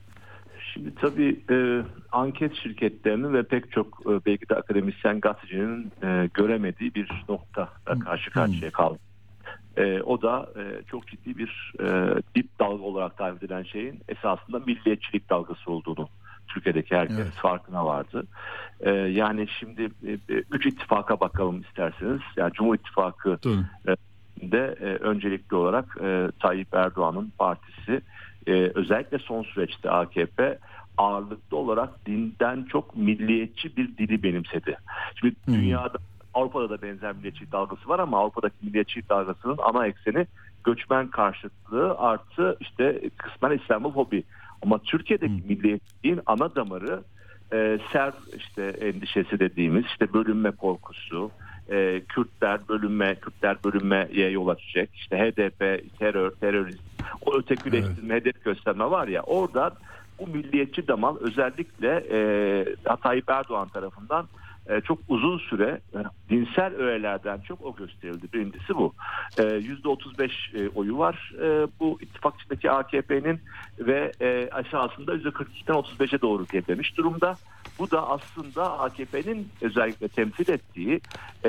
Şimdi tabii e, anket şirketlerinin ve pek çok e, belki de akademisyen gazetecinin e, göremediği bir nokta karşı karşıya kaldı. E, o da e, çok ciddi bir e, dip dalga olarak tarif edilen şeyin esasında milliyetçilik dalgası olduğunu Türkiye'deki herkes evet. farkına vardı. E, yani şimdi e, üç ittifaka bakalım isterseniz. Yani Cumhur İttifakı e, de e, öncelikli olarak e, Tayyip Erdoğan'ın partisi e, özellikle son süreçte A K P ağırlıklı olarak dinden çok milliyetçi bir dili benimsedi. Şimdi hmm. dünyada, Avrupa'da da benzer milliyetçilik dalgası var ama Avrupa'daki milliyetçilik dalgasının ana ekseni göçmen karşıtlığı artı işte kısmen İslamofobi. Ama Türkiye'deki hmm. milliyetçiliğin ana damarı e, ser işte endişesi dediğimiz işte bölünme korkusu, e, Kürtler bölünme, Kürtler bölünmeye yol açacak. İşte H D P, terör, terörist, o ötekileştirme, evet. hedef gösterme var ya, oradan bu milliyetçi damal özellikle e, Tayyip Erdoğan tarafından e, çok uzun süre e, dinsel öğelerden çok o gösterildi. Birincisi bu. E, yüzde otuz beş e, oyu var e, bu ittifak içindeki A K P'nin ve e, aşağısında yüzde kırk ikiden otuz beşe doğru gerilemiş durumda. Bu da aslında A K P'nin özellikle temsil ettiği e,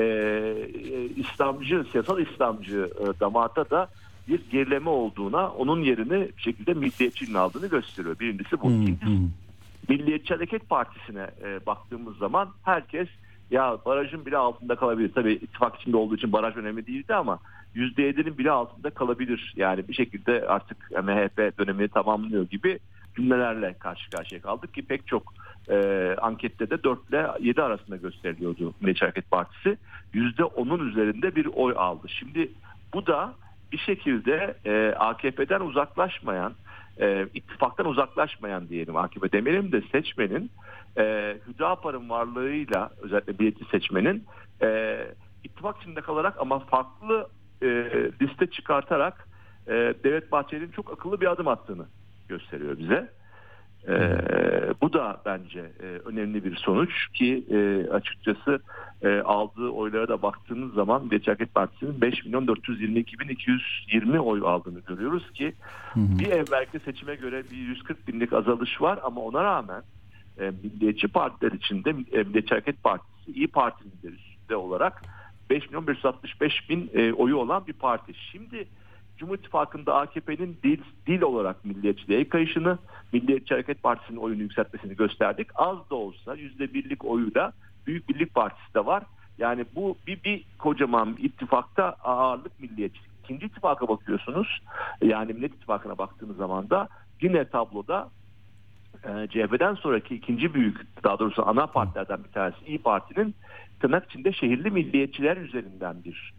İslamcı, siyasal İslamcı e, damarda da bir gerileme olduğuna, onun yerini bir şekilde milliyetçinin aldığını gösteriyor. Birincisi bu. Hmm, hmm. Milliyetçi Hareket Partisi'ne e, baktığımız zaman herkes ya barajın bile altında kalabilir. Tabii ittifak içinde olduğu için baraj önemli değildi ama yüzde yedinin bile altında kalabilir. Yani bir şekilde artık M H P dönemini tamamlıyor gibi cümlelerle karşı karşıya kaldık ki pek çok e, ankette de dört ile yedi arasında gösteriliyordu Milliyetçi Hareket Partisi. yüzde onun üzerinde bir oy aldı. Şimdi bu da bir şekilde e, A K P'den uzaklaşmayan, e, ittifaktan uzaklaşmayan diyelim, A K P demeyelim de seçmenin, e, Hüdapar'ın varlığıyla özellikle milliyetçi seçmenin e, ittifak içinde kalarak ama farklı e, liste çıkartarak e, Devlet Bahçeli'nin çok akıllı bir adım attığını gösteriyor bize. Ee, bu da bence e, önemli bir sonuç ki e, açıkçası e, aldığı oylara da baktığınız zaman Milliyetçi Hareket Partisi'nin beş milyon dört yüz yirmi iki bin iki yüz yirmi oy aldığını görüyoruz ki hı hı. bir evvelki seçime göre bir yüz kırk binlik azalış var ama ona rağmen e, milliyetçi partiler içinde e, Milliyetçi Hareket Partisi İYİ Parti'nin de üstünde olarak beş milyon beş yüz altmış beş bin e, oyu olan bir parti. Şimdi Cumhur İttifakı'nda A K P'nin dil, dil olarak milliyetçiliğe kayışını, Milliyetçi Hareket Partisi'nin oyunu yükseltmesini gösterdik. Az da olsa yüzde birlik oyuyla Büyük Birlik Partisi de var. Yani bu bir, bir kocaman bir ittifakta ağırlık milliyetçilik. İkinci ittifaka bakıyorsunuz. Yani Millet İttifakı'na baktığınız zaman da yine tabloda e, C H P'den sonraki ikinci büyük, daha doğrusu ana partilerden bir tanesi İYİ Parti'nin tırnak içinde şehirli milliyetçiler üzerinden bir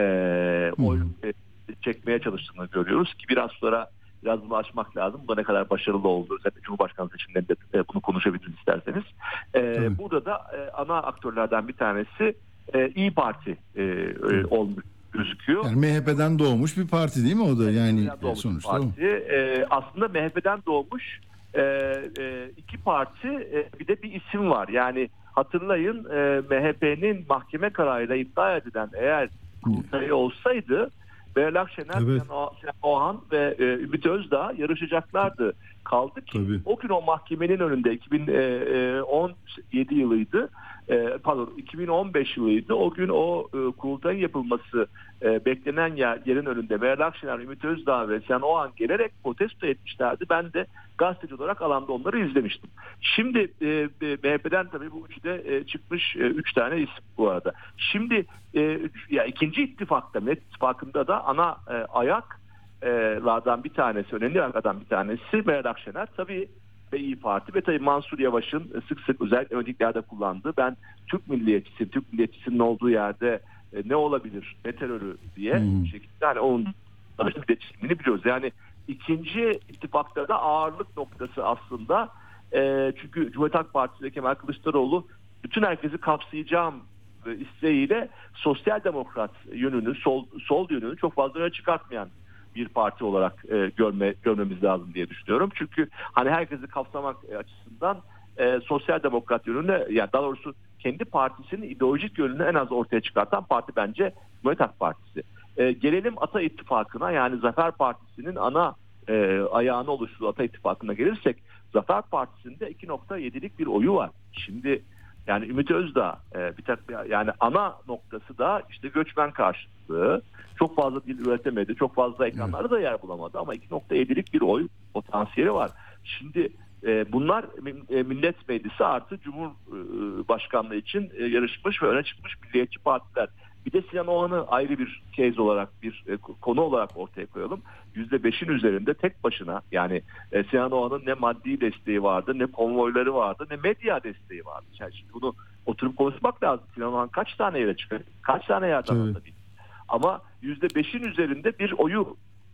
e, oy e, çekmeye çalıştığını görüyoruz ki biraz sonra biraz bunu açmak lazım. Bu da ne kadar başarılı oldu. Özellikle Cumhurbaşkanı seçimlerinde e, bunu konuşabiliriz isterseniz. E, burada da e, ana aktörlerden bir tanesi e, İYİ Parti e, e, olmuş gözüküyor. Yani M H P'den doğmuş bir parti değil mi o da? Yani sonuçta parti. E, aslında M H P'den doğmuş e, e, iki parti e, bir de bir isim var. Yani hatırlayın e, M H P'nin mahkeme kararıyla iptal edilen eğer kurultayı olsaydı Meral Akşener, Evet. Sinan Oğan ve e, Ümit Özdağ yarışacaklardı. Kaldı ki Tabii. o gün o mahkemenin önünde iki bin on yedi yılıydı. E, pardon iki bin on beş yılıydı. O gün o e, kurultayın yapılması e, beklenen yer, yerin önünde Meral Akşener, Ümit Özdağ ve Sinan Oğan gelerek protesto etmişlerdi. Ben de gazeteci olarak alanda onları izlemiştim. Şimdi e, M H P'den tabii bu üçü e, çıkmış e, üç tane isim bu arada. Şimdi e, ya ikinci ittifakta, Millet İttifakı'nda da ana e, ayak lardan bir tanesi, önemli arkadan bir tanesi Meral Akşener tabii ve İYİ Parti ve tabii Mansur Yavaş'ın sık sık özellikle öncelikle kullandığı, ben Türk milliyetçisi, Türk milliyetçisinin olduğu yerde e, ne olabilir, ne terörü diye hmm. şekilde yani onun milliyetçiliğini biliyoruz. Yani ikinci ittifakta da ağırlık noktası aslında e, çünkü Cumhuriyet Halk Partisi ve Kemal Kılıçdaroğlu bütün herkesi kapsayacağım isteğiyle sosyal demokrat yönünü, sol, sol yönünü çok fazla öne çıkartmayan bir parti olarak e, görme görmemiz lazım diye düşünüyorum. Çünkü hani herkesi kapsamak açısından e, sosyal demokrat yönünü, yani daha doğrusu kendi partisinin ideolojik yönünü en az ortaya çıkartan parti bence Cumhuriyet Halk Partisi. E, gelelim Ata İttifakı'na, yani Zafer Partisi'nin ana e, ayağını oluşturduğu Ata İttifakı'na gelirsek, Zafer Partisi'nde iki nokta yedilik bir oyu var. Şimdi yani Ümit Özdağ e, bir tak, yani ana noktası da işte göçmen karşıtlığı. Çok fazla dil üretemedi. Çok fazla ekranlarda da yer bulamadı ama iki nokta yedilik bir oy potansiyeli var. Şimdi e, bunlar e, Millet Meclisi artı Cumhurbaşkanlığı için e, yarışmış ve öne çıkmış milliyetçi partiler. Bir de Sinan Oğan'ı ayrı bir case olarak, bir e, konu olarak ortaya koyalım. yüzde beşin üzerinde tek başına, yani e, Sinan Oğan'ın ne maddi desteği vardı, ne konvoyları vardı, ne medya desteği vardı. Yani şimdi bunu oturup konuşmak lazım. Sinan Oğan kaç tane yere çıkıyor? Kaç tane yerden evet. atabilir? Ama yüzde beşin üzerinde bir oyu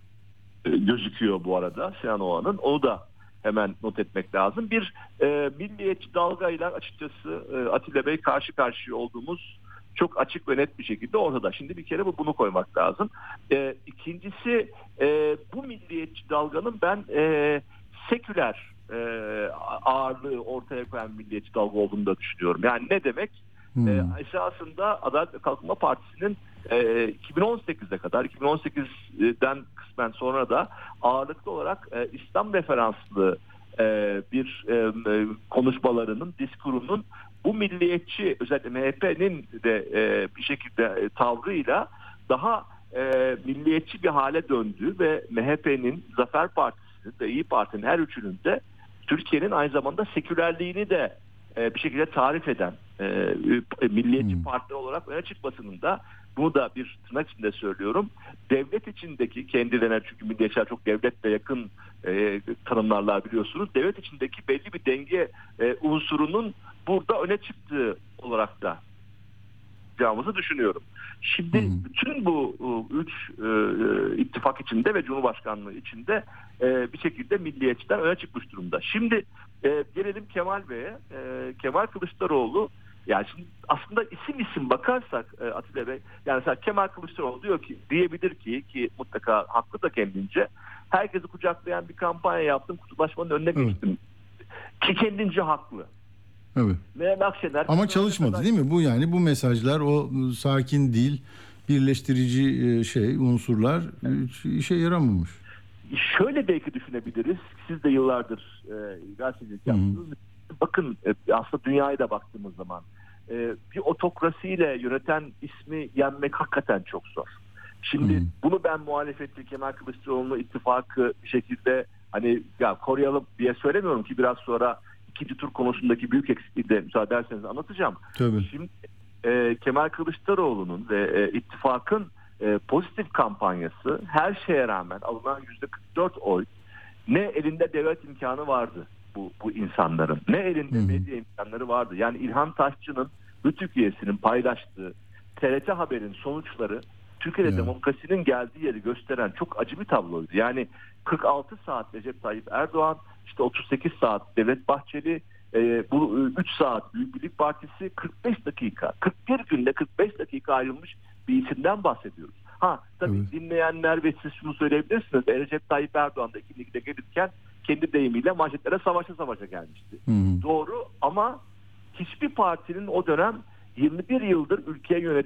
e, gözüküyor bu arada Sinan Oğan'ın. Onu da hemen not etmek lazım. Bir e, milliyetçi dalgayla açıkçası e, Atilla Bey karşı karşıya olduğumuz çok açık ve net bir şekilde ortada. Şimdi bir kere bu bunu koymak lazım. E, ikincisi e, bu milliyetçi dalganın ben e, seküler e, ağırlığı ortaya koyan milliyetçi dalga olduğunu da düşünüyorum. Yani ne demek? Hmm. E, esasında Adalet ve Kalkınma Partisi'nin e, iki bin on sekizde kadar, iki bin on sekizden kısmen sonra da ağırlıklı olarak e, İslam referanslı e, bir e, konuşmalarının, diskurunun bu milliyetçi, özellikle M H P'nin de e, bir şekilde e, tavrıyla daha e, milliyetçi bir hale döndüğü ve M H P'nin, Zafer Partisi'nin ve İYİ Parti'nin her üçünün de Türkiye'nin aynı zamanda sekülerliğini de e, bir şekilde tarif eden e, milliyetçi hmm. partiler olarak öne çıkmasının da, bunu da bir tırnak içinde söylüyorum, devlet içindeki kendilerine, çünkü milliyetçiler çok devletle yakın e, tanımlarlar biliyorsunuz, devlet içindeki belli bir denge e, unsurunun burada öne çıktığı olarak da yapacağımızı düşünüyorum. Şimdi hmm. bütün bu üç e, ittifak içinde ve Cumhurbaşkanlığı içinde e, bir şekilde milliyetçiler öne çıkmış durumda. Şimdi e, gelelim Kemal Bey'e. E, Kemal Kılıçdaroğlu, yani şimdi aslında isim isim bakarsak e, Atilla Bey, yani mesela Kemal Kılıçdaroğlu diyor ki, diyebilir ki ki mutlaka haklı da kendince, herkesi kucaklayan bir kampanya yaptım, kutuplaşmanın önüne evet. geçtim. Ki kendince haklı. Evet. Meral Akşener, ama çalışmadı kadar... değil mi? Bu yani bu mesajlar, o sakin dil, birleştirici şey unsurlar evet. işe yaramamış. Şöyle belki düşünebiliriz. Siz de yıllardır e, gazetecilik yaptınız. Bakın e, aslında dünyaya da baktığımız zaman e, bir otokrasiyle yöneten ismi yenmek hakikaten çok zor. Şimdi hmm. bunu ben muhalefeti, Kemal Kılıçdaroğlu ittifakı bir şekilde hani ya koruyalım diye söylemiyorum ki, biraz sonra ikinci tur konusundaki büyük eksikliği de müsaade ederseniz anlatacağım. Tabii. Şimdi e, Kemal Kılıçdaroğlu'nun ve e, ittifakın e, pozitif kampanyası, her şeye rağmen alınan yüzde kırk dört oy, ne elinde devlet imkanı vardı bu, bu insanların, ne elinde hmm. medya imkanları vardı. Yani İlhan Taşçı'nın, Rütük üyesinin paylaştığı T R T Haber'in sonuçları Türkiye'de yeah. demokrasinin geldiği yeri gösteren çok acı bir tabloydu. Yani kırk altı saat Recep Tayyip Erdoğan, işte otuz sekiz saat Devlet Bahçeli, e, bu üç saat Büyük Birlik Partisi, kırk beş dakika, kırk bir günde kırk beş dakika ayrılmış bir isimden bahsediyoruz. Ha tabii evet. dinleyenler ve siz şunu söyleyebilirsiniz. Recep Tayyip Erdoğan da iki bin ikide gelirken kendi deyimiyle manşetlere savaşa savaşa gelmişti. Hmm. Doğru, ama hiçbir partinin o dönem yirmi bir yıldır ülkeyi yönetip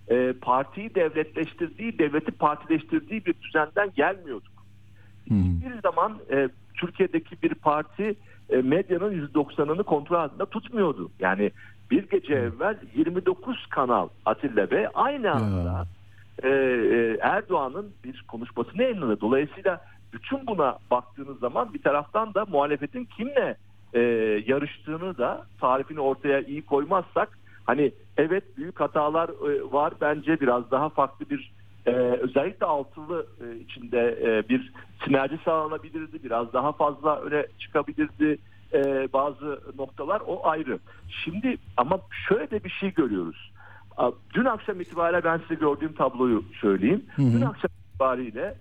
e, partiyi devletleştirdiği, devleti partileştirdiği bir düzenden gelmiyorduk. Hmm. Hiçbir zaman e, Türkiye'deki bir parti e, medyanın yüzde doksanını kontrol altında tutmuyordu. Yani bir gece evvel yirmi dokuz kanal Atilla Bey aynı anda e, e, Erdoğan'ın bir konuşmasını yayınladı. Dolayısıyla bütün buna baktığınız zaman bir taraftan da muhalefetin kimle e, yarıştığını da tarifini ortaya iyi koymazsak, hani evet büyük hatalar e, var, bence biraz daha farklı bir e, özellikle altılı e, içinde e, bir sinerji sağlanabilirdi, biraz daha fazla öne çıkabilirdi e, bazı noktalar, o ayrı. Şimdi ama şöyle de bir şey görüyoruz. Dün akşam itibariyle ben size gördüğüm tabloyu söyleyeyim. Hı hı. Dün akşam itibariyle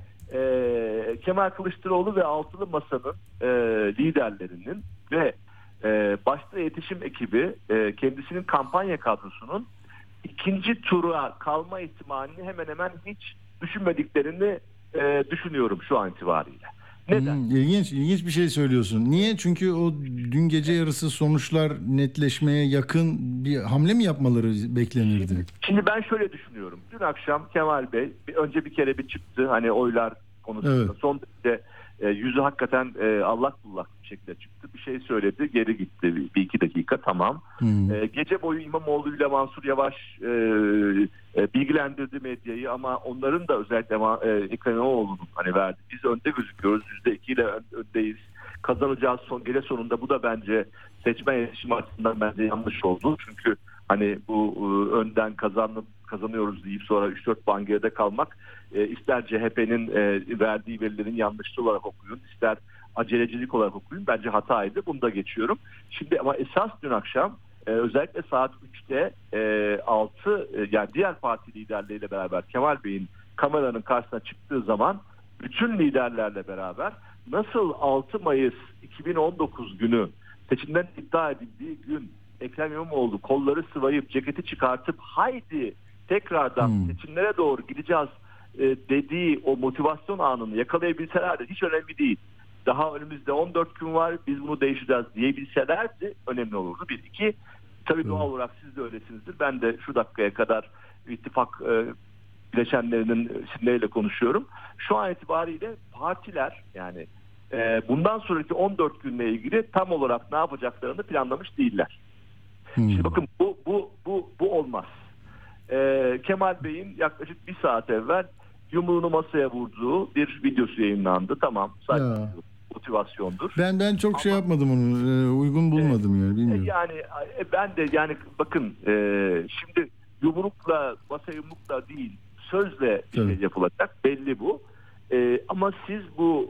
e, Kemal Kılıçdaroğlu ve altılı masanın e, liderlerinin ve e, başta iletişim ekibi e, kendisinin kampanya kadrosunun ikinci tura kalma ihtimalini hemen hemen hiç düşünmediklerini e, düşünüyorum şu an itibariyle. Neden? Hmm, ilginç, ilginç bir şey söylüyorsun. Niye? Çünkü o dün gece yarısı sonuçlar netleşmeye yakın bir hamle mi yapmaları beklenirdi? Şimdi, şimdi ben şöyle düşünüyorum. Dün akşam Kemal Bey bir, önce bir kere bir çıktı hani oylar konusunda. Evet. Son derece e, yüzü hakikaten e, allak bullak bir şekilde çıktı. Bir şey söyledi, geri gitti bir, bir iki dakika, tamam. Hmm. E, gece boyu İmamoğlu ile Mansur Yavaş e, e, bilgilendirdi medyayı ama onların da özellikle e, Ekrem İmamoğlu'nun hani verdi. Biz önde gözüküyoruz, yüzde iki ile öndeyiz. Kazanacağız son gele sonunda, bu da bence seçmen iletişimi açısından bence yanlış oldu. Çünkü hani bu e, önden kazanıp kazanıyoruz deyip sonra üç dört puan geride kalmak, e, ister C H P'nin e, verdiği verilerin yanlışlığı olarak okuyun, ister acelecilik olarak okuyun, bence hataydı. Bunu da geçiyorum. Şimdi ama esas dün akşam e, özellikle saat üçte e, altı e, yani diğer parti liderleriyle beraber Kemal Bey'in kameranın karşısına çıktığı zaman bütün liderlerle beraber nasıl altı Mayıs iki bin on dokuz günü seçimden iddia edildiği gün Ekrem İmamoğlu kolları sıvayıp ceketi çıkartıp haydi tekrardan hmm. seçimlere doğru gideceğiz e, dediği o motivasyon anını yakalayabilselerdi, hiç önemli değil. Daha önümüzde on dört gün var, biz bunu değiştireceğiz diyebilselerdi önemli olurdu. Bir, iki, tabii hmm. doğal olarak siz de öylesinizdir. Ben de şu dakikaya kadar ittifak e, bileşenlerinin isimleriyle konuşuyorum. Şu an itibariyle partiler yani e, bundan sonraki on dört günle ilgili tam olarak ne yapacaklarını planlamış değiller. Hmm. Şimdi bakın bu bu bu bu olmaz. Ee, Kemal Bey'in yaklaşık bir saat evvel yumruğunu masaya vurduğu bir videosu yayınlandı. Tamam, sadece motivasyondur. Ben ben çok Ama, şey yapmadım onu, e, uygun bulmadım e, yani bilmiyorum. Yani e, ben de yani bakın e, şimdi yumrukla, masa yumrukla değil, sözle bir şey yapılacak, belli bu. E, ama siz bu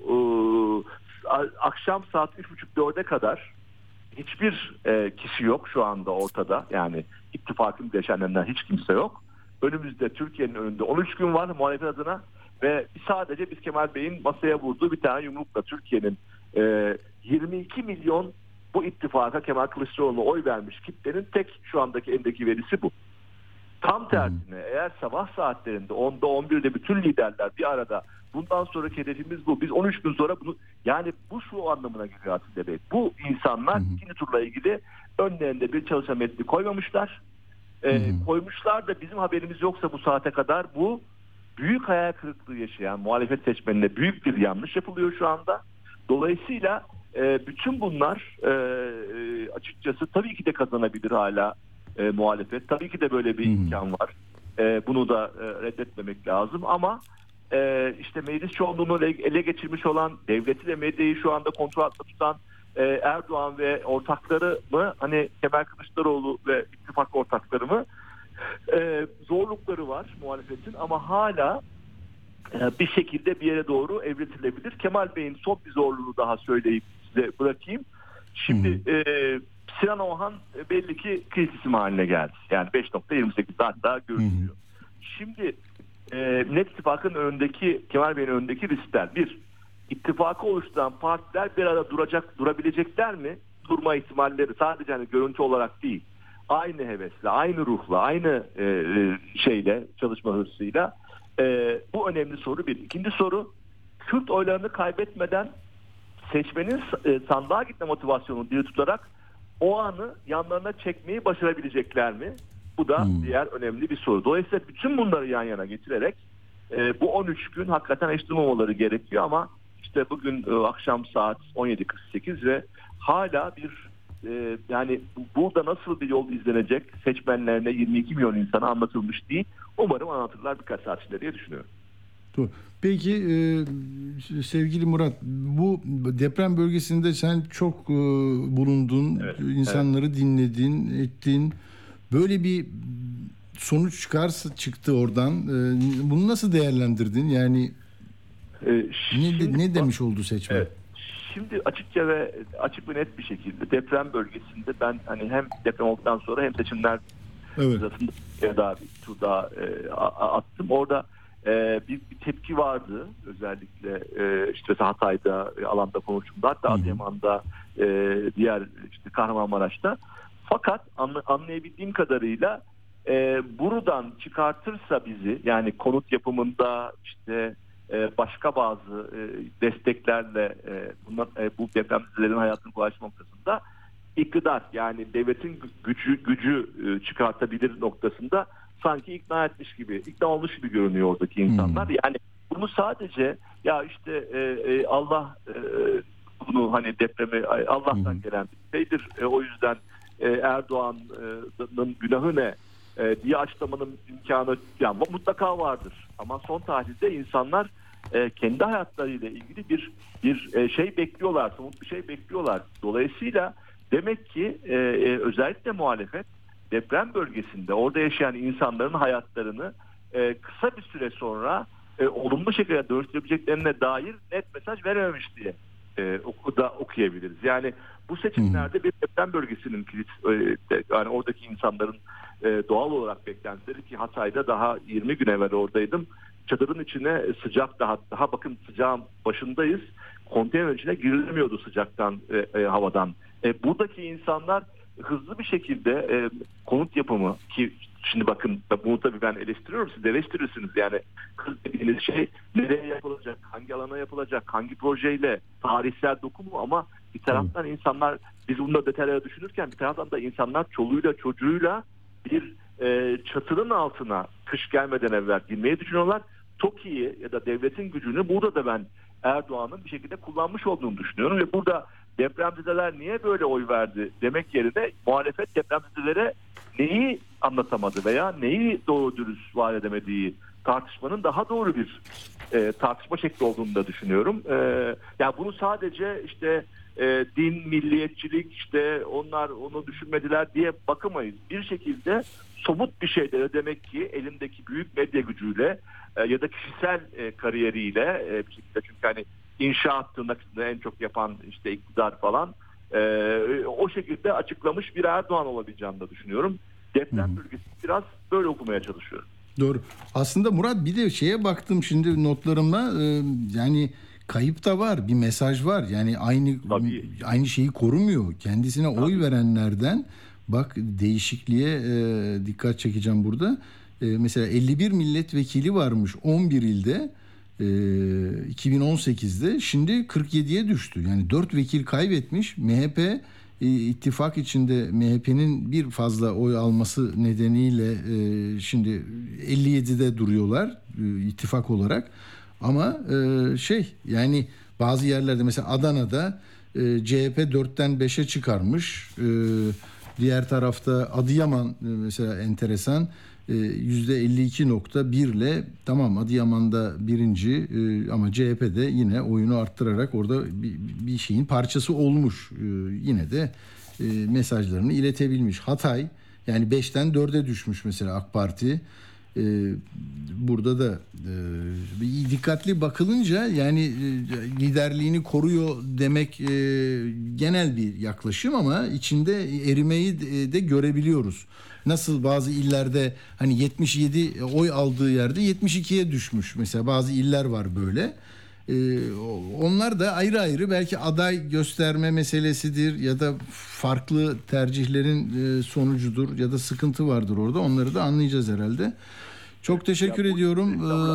e, akşam saat üç buçuk dörde kadar hiçbir e, kişi yok şu anda ortada. Yani ittifakın bileşenlerinden hiç kimse yok. Önümüzde, Türkiye'nin önünde on üç gün var muhalefet adına ve sadece biz Kemal Bey'in masaya vurduğu bir tane yumrukla Türkiye'nin e, yirmi iki milyon bu ittifaka Kemal Kılıçdaroğlu'na oy vermiş kitlenin tek şu andaki elindeki verisi bu. Tam tersine eğer sabah saatlerinde onda on birde bütün liderler bir arada bundan sonraki hedefimiz bu, biz on üç gün sonra bunu, yani bu şu anlamına geliyor Atilla Bey. Bu insanlar hı hı. ikinci turla ilgili önlerinde bir çalışma metni koymamışlar. Ee, koymuşlar da bizim haberimiz yoksa bu saate kadar bu büyük hayal kırıklığı yaşayan muhalefet seçmenine büyük bir yanlış yapılıyor şu anda. Dolayısıyla e, bütün bunlar e, açıkçası tabii ki de kazanabilir hala e, muhalefet. Tabii ki de böyle bir imkan var. E, bunu da e, reddetmemek lazım ama e, işte meclis çoğunluğunu ele geçirmiş olan, devleti de medyayı şu anda kontrol altında tutan e, Erdoğan ve ortakları mı, hani Kemal Kılıçdaroğlu ve ittifak ortakları mı, e, zorlukları var muhalefetin ama hala e, bir şekilde bir yere doğru evritilebilir. Kemal Bey'in son bir zorluğunu daha söyleyip size bırakayım. Şimdi e, Sinan Oğan belli ki kriz isim haline geldi. Yani beş nokta yirmi sekiz hatta görünüyor. Şimdi e, Millet İttifakı'nın önündeki, Kemal Bey'in önündeki riskler. Bir, ittifakı oluşturan partiler bir arada duracak, durabilecekler mi? Durma ihtimalleri sadece hani görüntü olarak değil. Aynı hevesle, aynı ruhla, aynı e, şeyle, çalışma hırsıyla. E, bu önemli soru bir. İkinci soru, Kürt oylarını kaybetmeden seçmenin e, sandığa gitme motivasyonunu diri tutarak o anı yanlarına çekmeyi başarabilecekler mi? Bu da Hmm. diğer önemli bir soru. Dolayısıyla bütün bunları yan yana getirerek e, bu on üç gün hakikaten eşit olmaları gerekiyor ama işte bugün e, akşam saat on yedi kırk sekiz ve hala bir e, yani burada nasıl bir yol izlenecek seçmenlerine, yirmi iki milyon insana anlatılmış değil. Umarım anlatırlar birkaç saat içinde diye düşünüyorum. Doğru. Peki e, sevgili Murat, bu deprem bölgesinde sen çok e, bulundun, Evet, insanları evet. dinledin, ettin. Böyle bir sonuç çıkarsa çıktı oradan. E, bunu nasıl değerlendirdin? Yani Ee, ne, ne demiş oldu seçmen? Evet. Şimdi açıkça ve açık ve net bir şekilde deprem bölgesinde ben hani hem deprem olduktan sonra hem seçimler evet. sırasında daha bir tur daha e, attım. Orada e, bir, bir tepki vardı. Özellikle e, işte mesela Hatay'da e, alanda konuşuldu. Hatta Adıyaman'da e, diğer işte Kahramanmaraş'ta. Fakat anla, anlayabildiğim kadarıyla e, buradan çıkartırsa bizi yani konut yapımında işte başka bazı desteklerle bunlar, bu depremzedelerin hayatını kolaylaştırma noktasında iktidar yani devletin gücü gücü çıkartabilir noktasında sanki ikna etmiş gibi, ikna olmuş gibi görünüyor oradaki insanlar. Hmm. Yani bunu sadece ya işte Allah bunu hani depremi Allah'tan hmm. gelen bir şeydir. O yüzden Erdoğan'ın günahı ne diye açıklamanın imkanı yani mutlaka vardır. Ama son tahlilde insanlar e, kendi hayatlarıyla ilgili bir bir e, şey bekliyorlar, somut bir şey bekliyorlar. Dolayısıyla demek ki e, e, özellikle muhalefet deprem bölgesinde orada yaşayan insanların hayatlarını e, kısa bir süre sonra e, olumlu şekilde dönüştürebileceklerine dair net mesaj verememiş diye e, oku, da okuyabiliriz. Yani bu seçimlerde bir deprem bölgesinin kilit e, yani oradaki insanların e, doğal olarak beklentileri ki Hatay'da daha yirmi gün evvel oradaydım. Çadırın içine sıcak daha daha bakın sıcağın başındayız. Konteyner içine girilemiyordu sıcaktan e, e, havadan. E, buradaki insanlar hızlı bir şekilde e, konut yapımı ki şimdi bakın bunu tabii ben eleştiriyorum siz de eleştirirsiniz yani hız dediğiniz şey nereye yapılacak, hangi alana yapılacak, hangi projeyle tarihsel dokumu ama bir taraftan insanlar biz bunları detaylara düşünürken bir taraftan da insanlar çoluğuyla çocuğuyla bir e, çatının altına kış gelmeden evvel girmeyi düşünüyorlar. TOKİ'yi ya da devletin gücünü burada da ben Erdoğan'ın bir şekilde kullanmış olduğunu düşünüyorum ve burada depremzedeler niye böyle oy verdi demek yerine muhalefet depremzedelere neyi anlatamadı veya neyi doğru dürüst vaat edemediği tartışmanın daha doğru bir e, tartışma şekli olduğunu da düşünüyorum. E, yani bunu sadece işte e, din, milliyetçilik işte onlar onu düşünmediler diye bakamayız. Bir şekilde somut bir şeylere demek ki elindeki büyük medya gücüyle e, ya da kişisel e, kariyeriyle e, bir şekilde çünkü hani inşaat tırnak içinde en çok yapan işte iktidar falan e, o şekilde açıklamış bir Erdoğan olabileceğini de düşünüyorum. Deprem bölgesi biraz böyle okumaya çalışıyorum. Doğru. Aslında Murat bir de şeye baktım şimdi notlarımla e, yani kayıp da var, bir mesaj var. Yani aynı Tabii. aynı şeyi korumuyor. Kendisine Tabii. oy verenlerden bak değişikliğe e, dikkat çekeceğim burada. E, mesela elli bir milletvekili varmış on bir ilde e, iki bin on sekizde şimdi kırk yediye düştü. Yani dört vekil kaybetmiş. M H P ittifak içinde M H P'nin bir fazla oy alması nedeniyle e, şimdi elli yedide duruyorlar e, ittifak olarak. Ama e, şey yani bazı yerlerde mesela Adana'da e, C H P dörtten beşe çıkarmış. E, diğer tarafta Adıyaman e, mesela enteresan e, yüzde elli iki nokta bir ile tamam Adıyaman'da birinci e, ama C H P de yine oyunu arttırarak orada bir, bir şeyin parçası olmuş. E, yine de e, mesajlarını iletebilmiş. Hatay yani beşten dörde düşmüş mesela AK Parti. Ee, burada da e, dikkatli bakılınca yani e, liderliğini koruyor demek e, genel bir yaklaşım ama içinde erimeyi de, de görebiliyoruz. Nasıl bazı illerde hani yetmiş yedi oy aldığı yerde yetmiş ikiye düşmüş mesela bazı iller var böyle. Ee, onlar da ayrı ayrı belki aday gösterme meselesidir ya da farklı tercihlerin e, sonucudur ya da sıkıntı vardır orada. Onları da anlayacağız herhalde. Çok teşekkür ya, ediyorum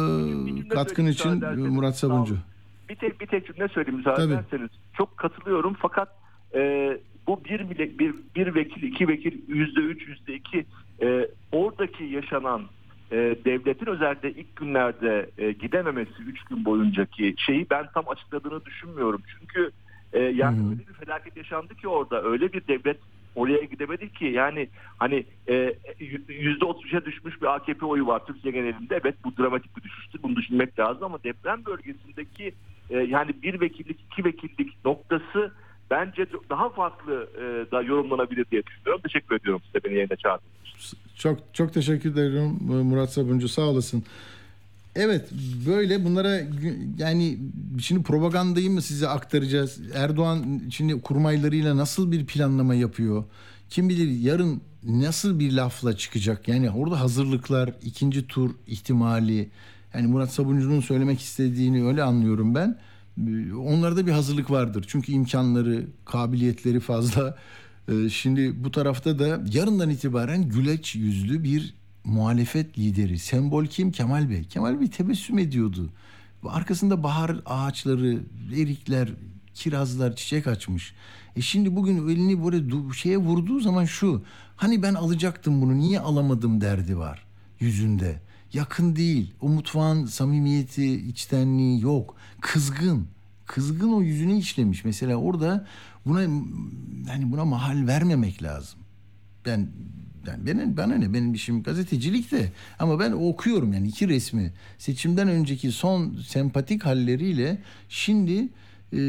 e, katkın için Murat Sabuncu. Bir tek bir tek cümle söyleyeyim müsaade ederseniz. Çok katılıyorum fakat e, bu bir, bile, bir, bir vekil, iki vekil, yüzde üç, yüzde iki e, oradaki yaşanan e, devletin özellikle ilk günlerde e, gidememesi üç gün boyuncaki şeyi ben tam açıkladığını düşünmüyorum. Çünkü e, yani hmm. öyle bir felaket yaşandı ki orada, öyle bir devlet oraya gidemedi ki, yani hani e, yüzde otuz üçe düşmüş bir A K P oyu var Türkiye genelinde. Evet, bu dramatik bir düşüştür, bunu düşünmek lazım, ama deprem bölgesindeki e, yani bir vekillik, iki vekillik noktası bence daha farklı e, da yorumlanabilir diye düşünüyorum. Teşekkür ediyorum size, beni yayına çağırdığınız için. Çok çok teşekkür ederim Murat Sabuncu, sağ olasın. Evet, böyle bunlara yani şimdi propagandayı mı size aktaracağız? Erdoğan şimdi kurmaylarıyla nasıl bir planlama yapıyor? Kim bilir yarın nasıl bir lafla çıkacak? Yani orada hazırlıklar, ikinci tur ihtimali. Yani Murat Sabuncu'nun söylemek istediğini öyle anlıyorum ben. Onlarda bir hazırlık vardır. Çünkü imkanları, kabiliyetleri fazla. Şimdi bu tarafta da yarından itibaren güleç yüzlü bir muhalefet lideri. Sembol kim? Kemal Bey. Kemal Bey tebessüm ediyordu. Arkasında bahar ağaçları, erikler, kirazlar çiçek açmış. E şimdi bugün elini böyle şeye vurduğu zaman şu. Hani ben alacaktım bunu, niye alamadım derdi var yüzünde. Yakın değil. O mutfağın samimiyeti, içtenliği yok. Kızgın. Kızgın o yüzüne işlemiş. Mesela orada buna yani buna mahal vermemek lazım. Ben yani benim, bana ne, benim işim gazetecilik de, ama ben okuyorum yani iki resmi. Seçimden önceki son sempatik halleriyle şimdi e,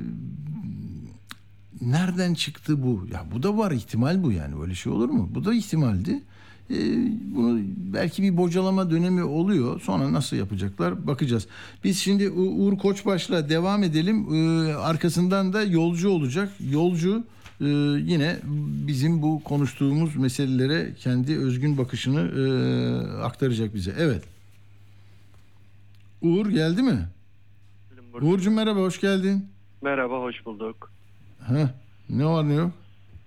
nereden çıktı bu? Ya bu da var, ihtimal bu yani. Öyle şey olur mu? Bu da ihtimaldi. E, bunu belki bir bocalama dönemi oluyor. Sonra nasıl yapacaklar bakacağız. Biz şimdi Uğur Koçbaş'la devam edelim. E, arkasından da Yolcu olacak. Yolcu Ee, yine bizim bu konuştuğumuz meselelere kendi özgün bakışını e, aktaracak bize. Evet. Uğur geldi mi? Uğurcuğum merhaba, hoş geldin. Merhaba, hoş bulduk. Heh, ne var ne yok?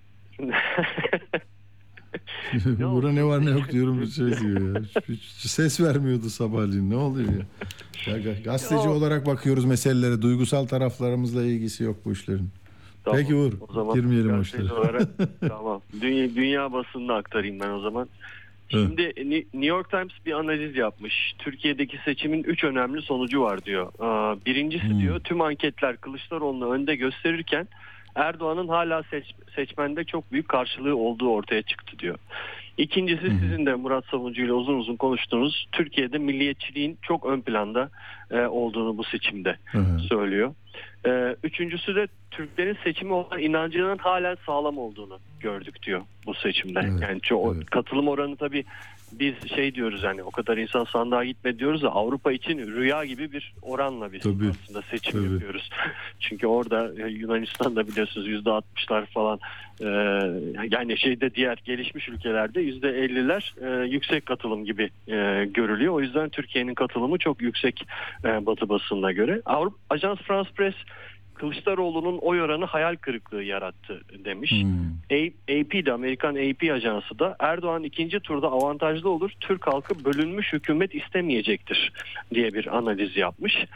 Uğur'a ne var ne yok diyorum, bir şey diyor ya. Hiç ses vermiyordu sabahleyin, ne oluyor ya? Ya gazeteci olarak bakıyoruz meselelere, duygusal taraflarımızla ilgisi yok bu işlerin. Tamam. Peki Uğur, o zaman girmeyelim o işlere. Olarak, tamam. Dünya, dünya basınını aktarayım ben o zaman. Şimdi New York Times bir analiz yapmış. Türkiye'deki seçimin üç önemli sonucu var diyor. Birincisi hmm. diyor, tüm anketler Kılıçdaroğlu'nu önde gösterirken Erdoğan'ın hala seç, seçmende çok büyük karşılığı olduğu ortaya çıktı diyor. İkincisi, hmm. sizin de Murat Sabuncu ile uzun uzun konuştuğunuz, Türkiye'de milliyetçiliğin çok ön planda e, olduğunu bu seçimde hmm. söylüyor. E, üçüncüsü de Türklerin seçimi olan inancının halen sağlam olduğunu gördük diyor bu seçimde. Evet, yani ço- evet. Katılım oranı tabii biz şey diyoruz, yani o kadar insan sandığa gitme diyoruz da Avrupa için rüya gibi bir oranla biz tabii, aslında seçim tabii. yapıyoruz. Çünkü orada Yunanistan'da biliyorsunuz yüzde altmışlar falan, e, yani şeyde diğer gelişmiş ülkelerde yüzde elliler e, yüksek katılım gibi e, görülüyor. O yüzden Türkiye'nin katılımı çok yüksek e, Batı basınına göre. Avrupa Ajans France Press Kılıçdaroğlu'nun oy oranı hayal kırıklığı yarattı demiş. Hmm. A P de, Amerikan A P ajansı da Erdoğan ikinci turda avantajlı olur, Türk halkı bölünmüş hükümet istemeyecektir diye bir analiz yapmış.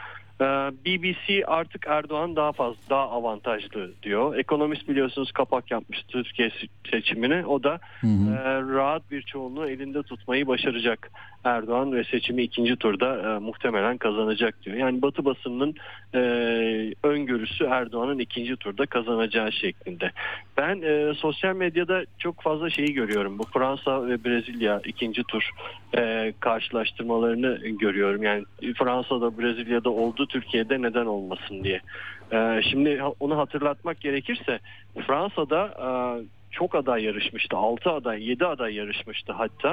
B B C artık Erdoğan daha fazla, daha avantajlı diyor. Ekonomist biliyorsunuz kapak yapmıştı Türkiye seçimine. O da hı hı. E, rahat bir çoğunluğu elinde tutmayı başaracak Erdoğan ve seçimi ikinci turda e, muhtemelen kazanacak diyor. Yani Batı basınının e, öngörüsü Erdoğan'ın ikinci turda kazanacağı şeklinde. Ben e, sosyal medyada çok fazla şeyi görüyorum. Bu Fransa ve Brezilya ikinci tur e, karşılaştırmalarını görüyorum. Yani Fransa'da, Brezilya'da oldu, Türkiye'de neden olmasın diye. Ee, şimdi onu hatırlatmak gerekirse Fransa'da e, çok aday yarışmıştı. altı aday, yedi aday yarışmıştı hatta.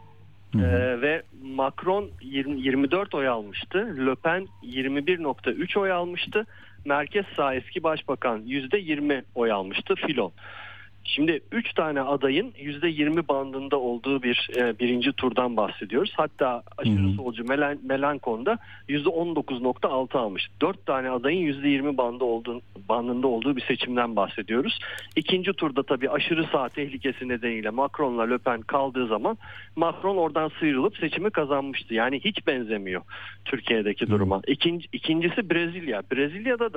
Ee, ve Macron yirmi, yirmi dört oy almıştı. Le Pen yirmi bir nokta üç oy almıştı. Merkez sağ eski başbakan yüzde yirmi oy almıştı. Fillon. Şimdi üç tane adayın yüzde yirmi bandında olduğu bir e, birinci turdan bahsediyoruz. Hatta aşırı hmm. solcu Melan, Melanchon da yüzde on dokuz nokta altı almış. dört tane adayın yüzde yirmi bandı olduğu, bandında olduğu bir seçimden bahsediyoruz. İkinci turda tabii aşırı sağ tehlikesi nedeniyle Macron'la Le Pen kaldığı zaman Macron oradan sıyrılıp seçimi kazanmıştı. Yani hiç benzemiyor Türkiye'deki duruma. Hmm. İkinci, ikincisi Brezilya. Brezilya'da da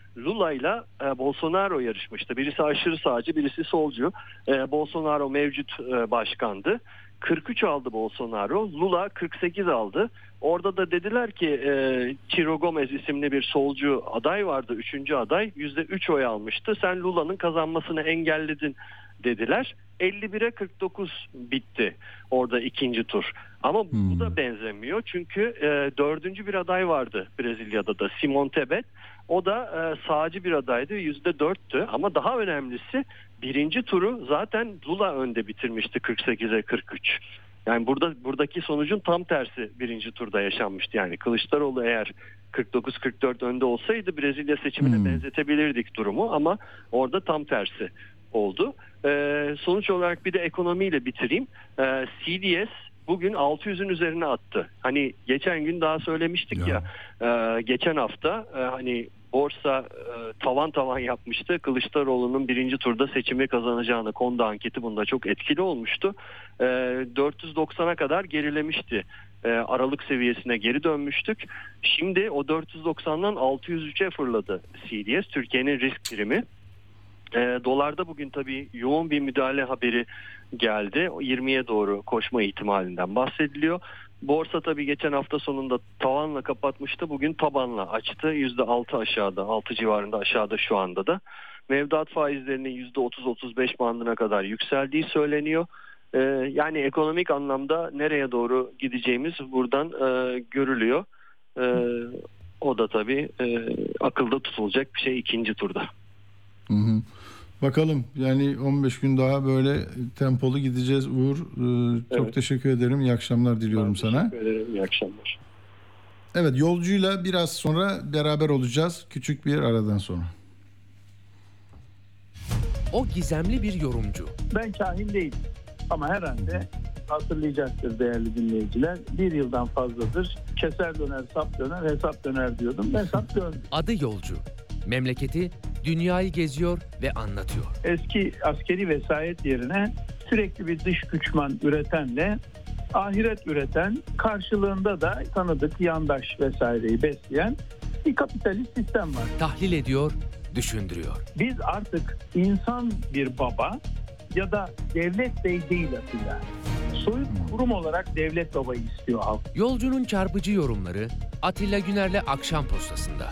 Lula ile Bolsonaro yarışmıştı. Birisi aşırı sağcı, birisi solcu. E, Bolsonaro mevcut e, başkandı. kırk üç aldı Bolsonaro, Lula kırk sekiz aldı. Orada da dediler ki e, Ciro Gomes isimli bir solcu aday vardı, üçüncü aday. yüzde üç oy almıştı. Sen Lula'nın kazanmasını engelledin dediler. elli bire kırk dokuz bitti orada ikinci tur. Ama hmm. bu da benzemiyor. Çünkü e, dördüncü bir aday vardı Brezilya'da da, Simon Tebet. O da e, sağcı bir adaydı, yüzde dörttü. Ama daha önemlisi birinci turu zaten Lula önde bitirmişti kırk sekize kırk üç. Yani burada buradaki sonucun tam tersi birinci turda yaşanmıştı. Yani Kılıçdaroğlu eğer kırk dokuz kırk dört önde olsaydı Brezilya seçimine hmm. benzetebilirdik durumu, ama orada tam tersi oldu. Ee, sonuç olarak bir de ekonomiyle bitireyim. Ee, C D S bugün altı yüzün üzerine attı. Hani geçen gün daha söylemiştik ya, ya e, geçen hafta e, hani borsa e, tavan tavan yapmıştı. Kılıçdaroğlu'nun birinci turda seçimi kazanacağını, Konda anketi bunda çok etkili olmuştu. E, dört yüz doksana kadar gerilemişti. E, Aralık seviyesine geri dönmüştük. Şimdi o dört yüz doksandan altı yüz üçe fırladı C D S, Türkiye'nin risk primi. E, dolarda bugün tabii yoğun bir müdahale haberi geldi. yirmiye doğru koşma ihtimalinden bahsediliyor. Borsa tabii geçen hafta sonunda tavanla kapatmıştı. Bugün tabanla açtı. yüzde altı aşağıda, altı civarında aşağıda şu anda da. Mevduat faizlerinin yüzde otuz otuz beş bandına kadar yükseldiği söyleniyor. Ee, yani ekonomik anlamda nereye doğru gideceğimiz buradan e, görülüyor. Ee, o da tabii e, akılda tutulacak bir şey ikinci turda. Hı hı. Bakalım, yani on beş gün daha böyle tempolu gideceğiz Uğur. Ee, çok evet. teşekkür ederim. İyi akşamlar diliyorum ben sana. Teşekkür ederim. İyi akşamlar. Evet, yolcuyla biraz sonra beraber olacağız. Küçük bir aradan sonra. O gizemli bir yorumcu. Ben kahin değilim ama herhalde hatırlayacaktır değerli dinleyiciler. Bir yıldan fazladır keser döner, sap döner, hesap döner diyordum. Hesap döndü. Adı yolcu. Memleketi, dünyayı geziyor ve anlatıyor. Eski askeri vesayet yerine sürekli bir dış güçman üretenle ahiret üreten, karşılığında da tanıdık yandaş vesaireyi besleyen bir kapitalist sistem var. Tahlil ediyor, düşündürüyor. Biz artık insan bir baba ya da devlet bey değil aslında. Soyut kurum olarak devlet babayı istiyor halk. Yolcunun çarpıcı yorumları Atilla Güner'le Akşam Postası'nda.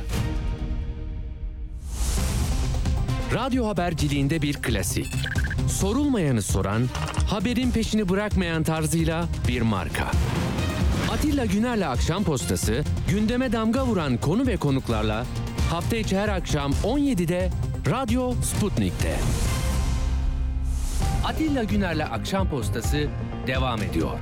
Radyo haberciliğinde bir klasik. Sorulmayanı soran, haberin peşini bırakmayan tarzıyla bir marka. Atilla Güner'le Akşam Postası, gündeme damga vuran konu ve konuklarla hafta içi her akşam on yedide Radyo Sputnik'te. Atilla Güner'le Akşam Postası devam ediyor.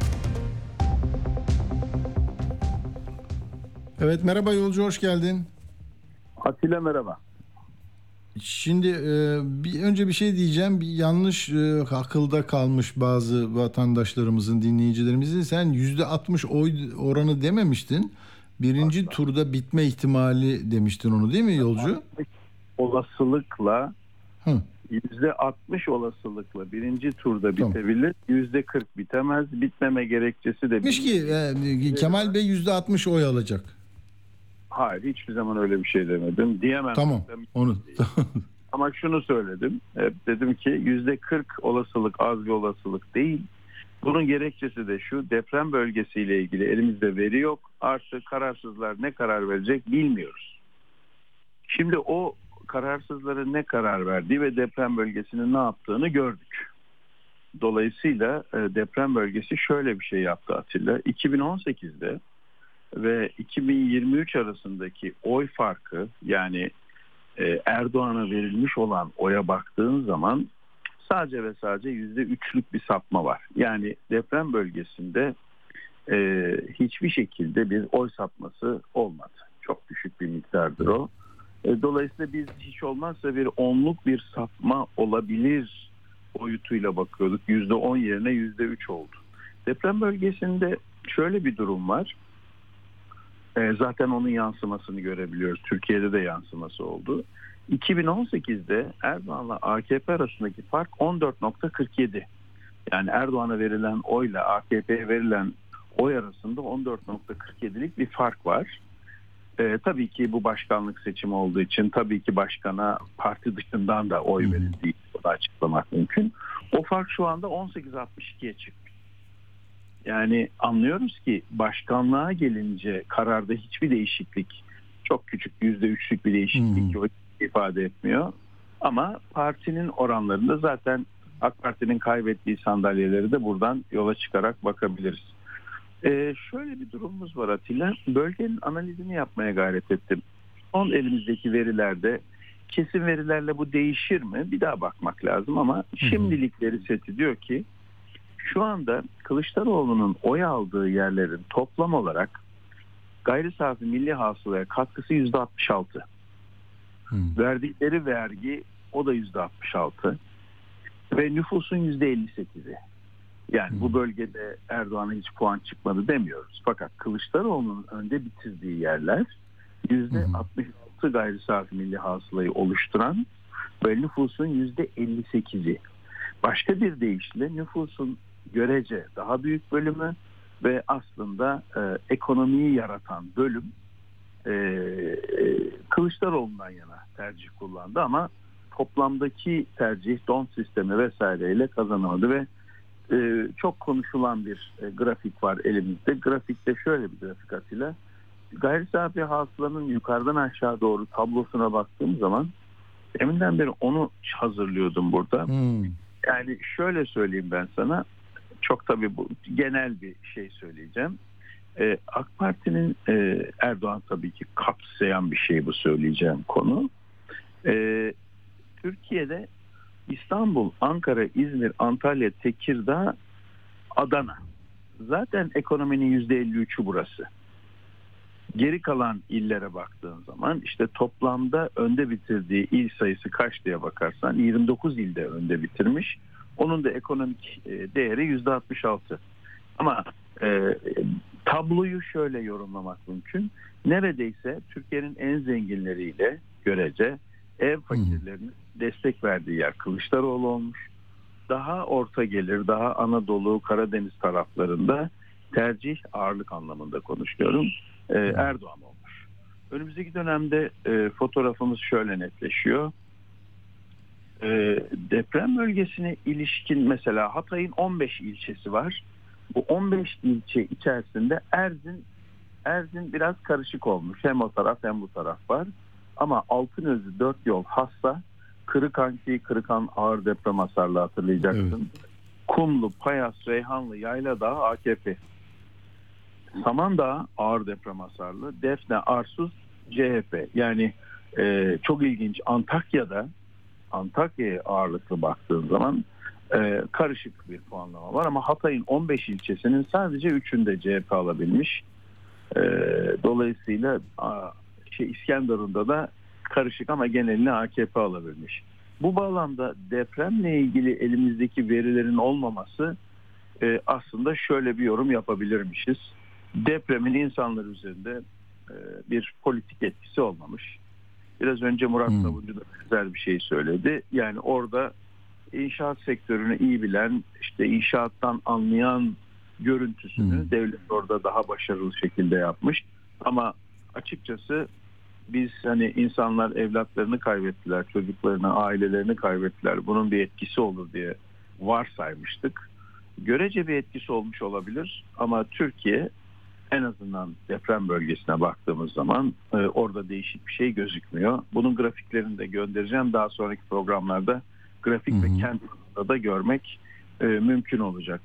Evet, merhaba yolcu, hoş geldin. Atilla merhaba. Şimdi e, bir önce bir şey diyeceğim. Bir yanlış e, akılda kalmış bazı vatandaşlarımızın, dinleyicilerimizin. Sen yüzde altmış oy oranı dememiştin. Birinci Asla. turda bitme ihtimali demiştin onu, değil mi yolcu? Olasılıkla Hı. yüzde altmış olasılıkla birinci turda tamam. bitebilir. yüzde kırk bitemez. Bitmeme gerekçesi de... Demiş ki e, Kemal Bey yüzde altmış oy alacak. Hayır, hiçbir zaman öyle bir şey demedim. Diyemem. Tamam. Onu. Ama şunu söyledim. Hep dedim ki yüzde kırk olasılık az bir olasılık değil. Bunun gerekçesi de şu: deprem bölgesiyle ilgili elimizde veri yok. Artık kararsızlar ne karar verecek bilmiyoruz. Şimdi o kararsızların ne karar verdiği ve deprem bölgesinin ne yaptığını gördük. Dolayısıyla deprem bölgesi şöyle bir şey yaptı Atilla. iki bin on sekizde ve iki bin yirmi üç arasındaki oy farkı, yani Erdoğan'a verilmiş olan oya baktığın zaman sadece ve sadece yüzde üçlük bir sapma var. Yani deprem bölgesinde e, hiçbir şekilde bir oy sapması olmadı. Çok düşük bir miktardır o. E, dolayısıyla biz hiç olmazsa bir onluk bir sapma olabilir boyutuyla bakıyorduk. yüzde on yerine yüzde üç oldu. Deprem bölgesinde şöyle bir durum var. Zaten onun yansımasını görebiliyoruz. Türkiye'de de yansıması oldu. iki bin on sekizde Erdoğan'la A K P arasındaki fark on dört nokta kırk yedi. Yani Erdoğan'a verilen oyla A K P'ye verilen oy arasında on dört nokta kırk yedilik bir fark var. E, tabii ki bu başkanlık seçimi olduğu için tabii ki başkana parti dışından da oy verildiği bunu açıklamak mümkün. O fark şu anda on sekiz altmış ikiye çıkmış. Yani anlıyoruz ki başkanlığa gelince kararda hiçbir değişiklik, çok küçük yüzde üçlük bir değişiklik hmm. ifade etmiyor. Ama partinin oranlarında zaten AK Parti'nin kaybettiği sandalyeleri de buradan yola çıkarak bakabiliriz. Ee, şöyle bir durumumuz var Atilla. Bölgenin analizini yapmaya gayret ettim. Son elimizdeki verilerde kesin verilerle bu değişir mi? Bir daha bakmak lazım ama şimdilik veri seti diyor ki şu anda Kılıçdaroğlu'nun oy aldığı yerlerin toplam olarak gayri safi milli hasılaya katkısı yüzde altmış altı. Hmm. Verdikleri vergi o da yüzde altmış altı. Ve nüfusun yüzde elli sekizi. Yani hmm. bu bölgede Erdoğan'a hiç puan çıkmadı demiyoruz. Fakat Kılıçdaroğlu'nun önde bitirdiği yerler yüzde altmış altı gayri safi milli hasılayı oluşturan ve nüfusun yüzde elli sekizi. Başka bir deyişle nüfusun görece daha büyük bölümü ve aslında e, ekonomiyi yaratan bölüm e, e, Kılıçdaroğlu'ndan yana tercih kullandı ama toplamdaki tercih don sistemi vesaireyle kazanıldı ve e, çok konuşulan bir e, grafik var elimizde. Grafikte şöyle bir grafik Atilla. Gayri safi hasılanın yukarıdan aşağı doğru tablosuna baktığım zaman deminden beri onu hazırlıyordum burada. Hmm. Yani şöyle söyleyeyim ben sana. Çok tabii bu genel bir şey söyleyeceğim. Ee, AK Parti'nin e, Erdoğan tabii ki kapsayan bir şey bu söyleyeceğim konu. Ee, Türkiye'de İstanbul, Ankara, İzmir, Antalya, Tekirdağ, Adana. Zaten ekonominin yüzde elli üçü burası. Geri kalan illere baktığın zaman işte toplamda önde bitirdiği il sayısı kaç diye bakarsan yirmi dokuz ilde önde bitirmiş. Onun da ekonomik değeri yüzde altmış altı. Ama e, tabloyu şöyle yorumlamak mümkün. Neredeyse Türkiye'nin en zenginleriyle görece ev fakirlerine destek verdiği yer Kılıçdaroğlu olmuş. Daha orta gelir, daha Anadolu, Karadeniz taraflarında tercih ağırlık anlamında konuşuyorum. E, Erdoğan olmuş. Önümüzdeki dönemde e, fotoğrafımız şöyle netleşiyor. E, deprem bölgesine ilişkin mesela Hatay'ın on beş ilçesi var. Bu on beş ilçe içerisinde Erzin Erzin biraz karışık olmuş. Hem o taraf hem bu taraf var. Ama Altınözü, Dört Yol, Hassa, Kırıkan ki Kırıkan ağır deprem hasarlı hatırlayacaksın. Evet. Kumlu, Payas, Reyhanlı, Yayladağ, A K P. Samandağ ağır deprem hasarlı. Defne, Arsuz, C H P. Yani e, çok ilginç. Antakya'da Antakya'ya ağırlıklı baktığın zaman e, karışık bir puanlama var ama Hatay'ın on beş ilçesinin sadece üçünde C H P alabilmiş. E, dolayısıyla a, şey İskenderun'da da karışık ama genelini A K P alabilmiş. Bu bağlamda depremle ilgili elimizdeki verilerin olmaması e, aslında şöyle bir yorum yapabilirmişiz. Depremin insanlar üzerinde e, bir politik etkisi olmamış. Biraz önce Murat hmm. Savuncu da güzel bir şey söyledi. Yani orada inşaat sektörünü iyi bilen, işte inşaattan anlayan görüntüsünü hmm. devlet orada daha başarılı şekilde yapmış. Ama açıkçası biz hani insanlar evlatlarını kaybettiler, çocuklarını, ailelerini kaybettiler. Bunun bir etkisi olur diye varsaymıştık. Görece bir etkisi olmuş olabilir ama Türkiye en azından deprem bölgesine baktığımız zaman e, orada değişik bir şey gözükmüyor. Bunun grafiklerini de göndereceğim. Daha sonraki programlarda grafik hı hı. ve kent da görmek e, mümkün olacak.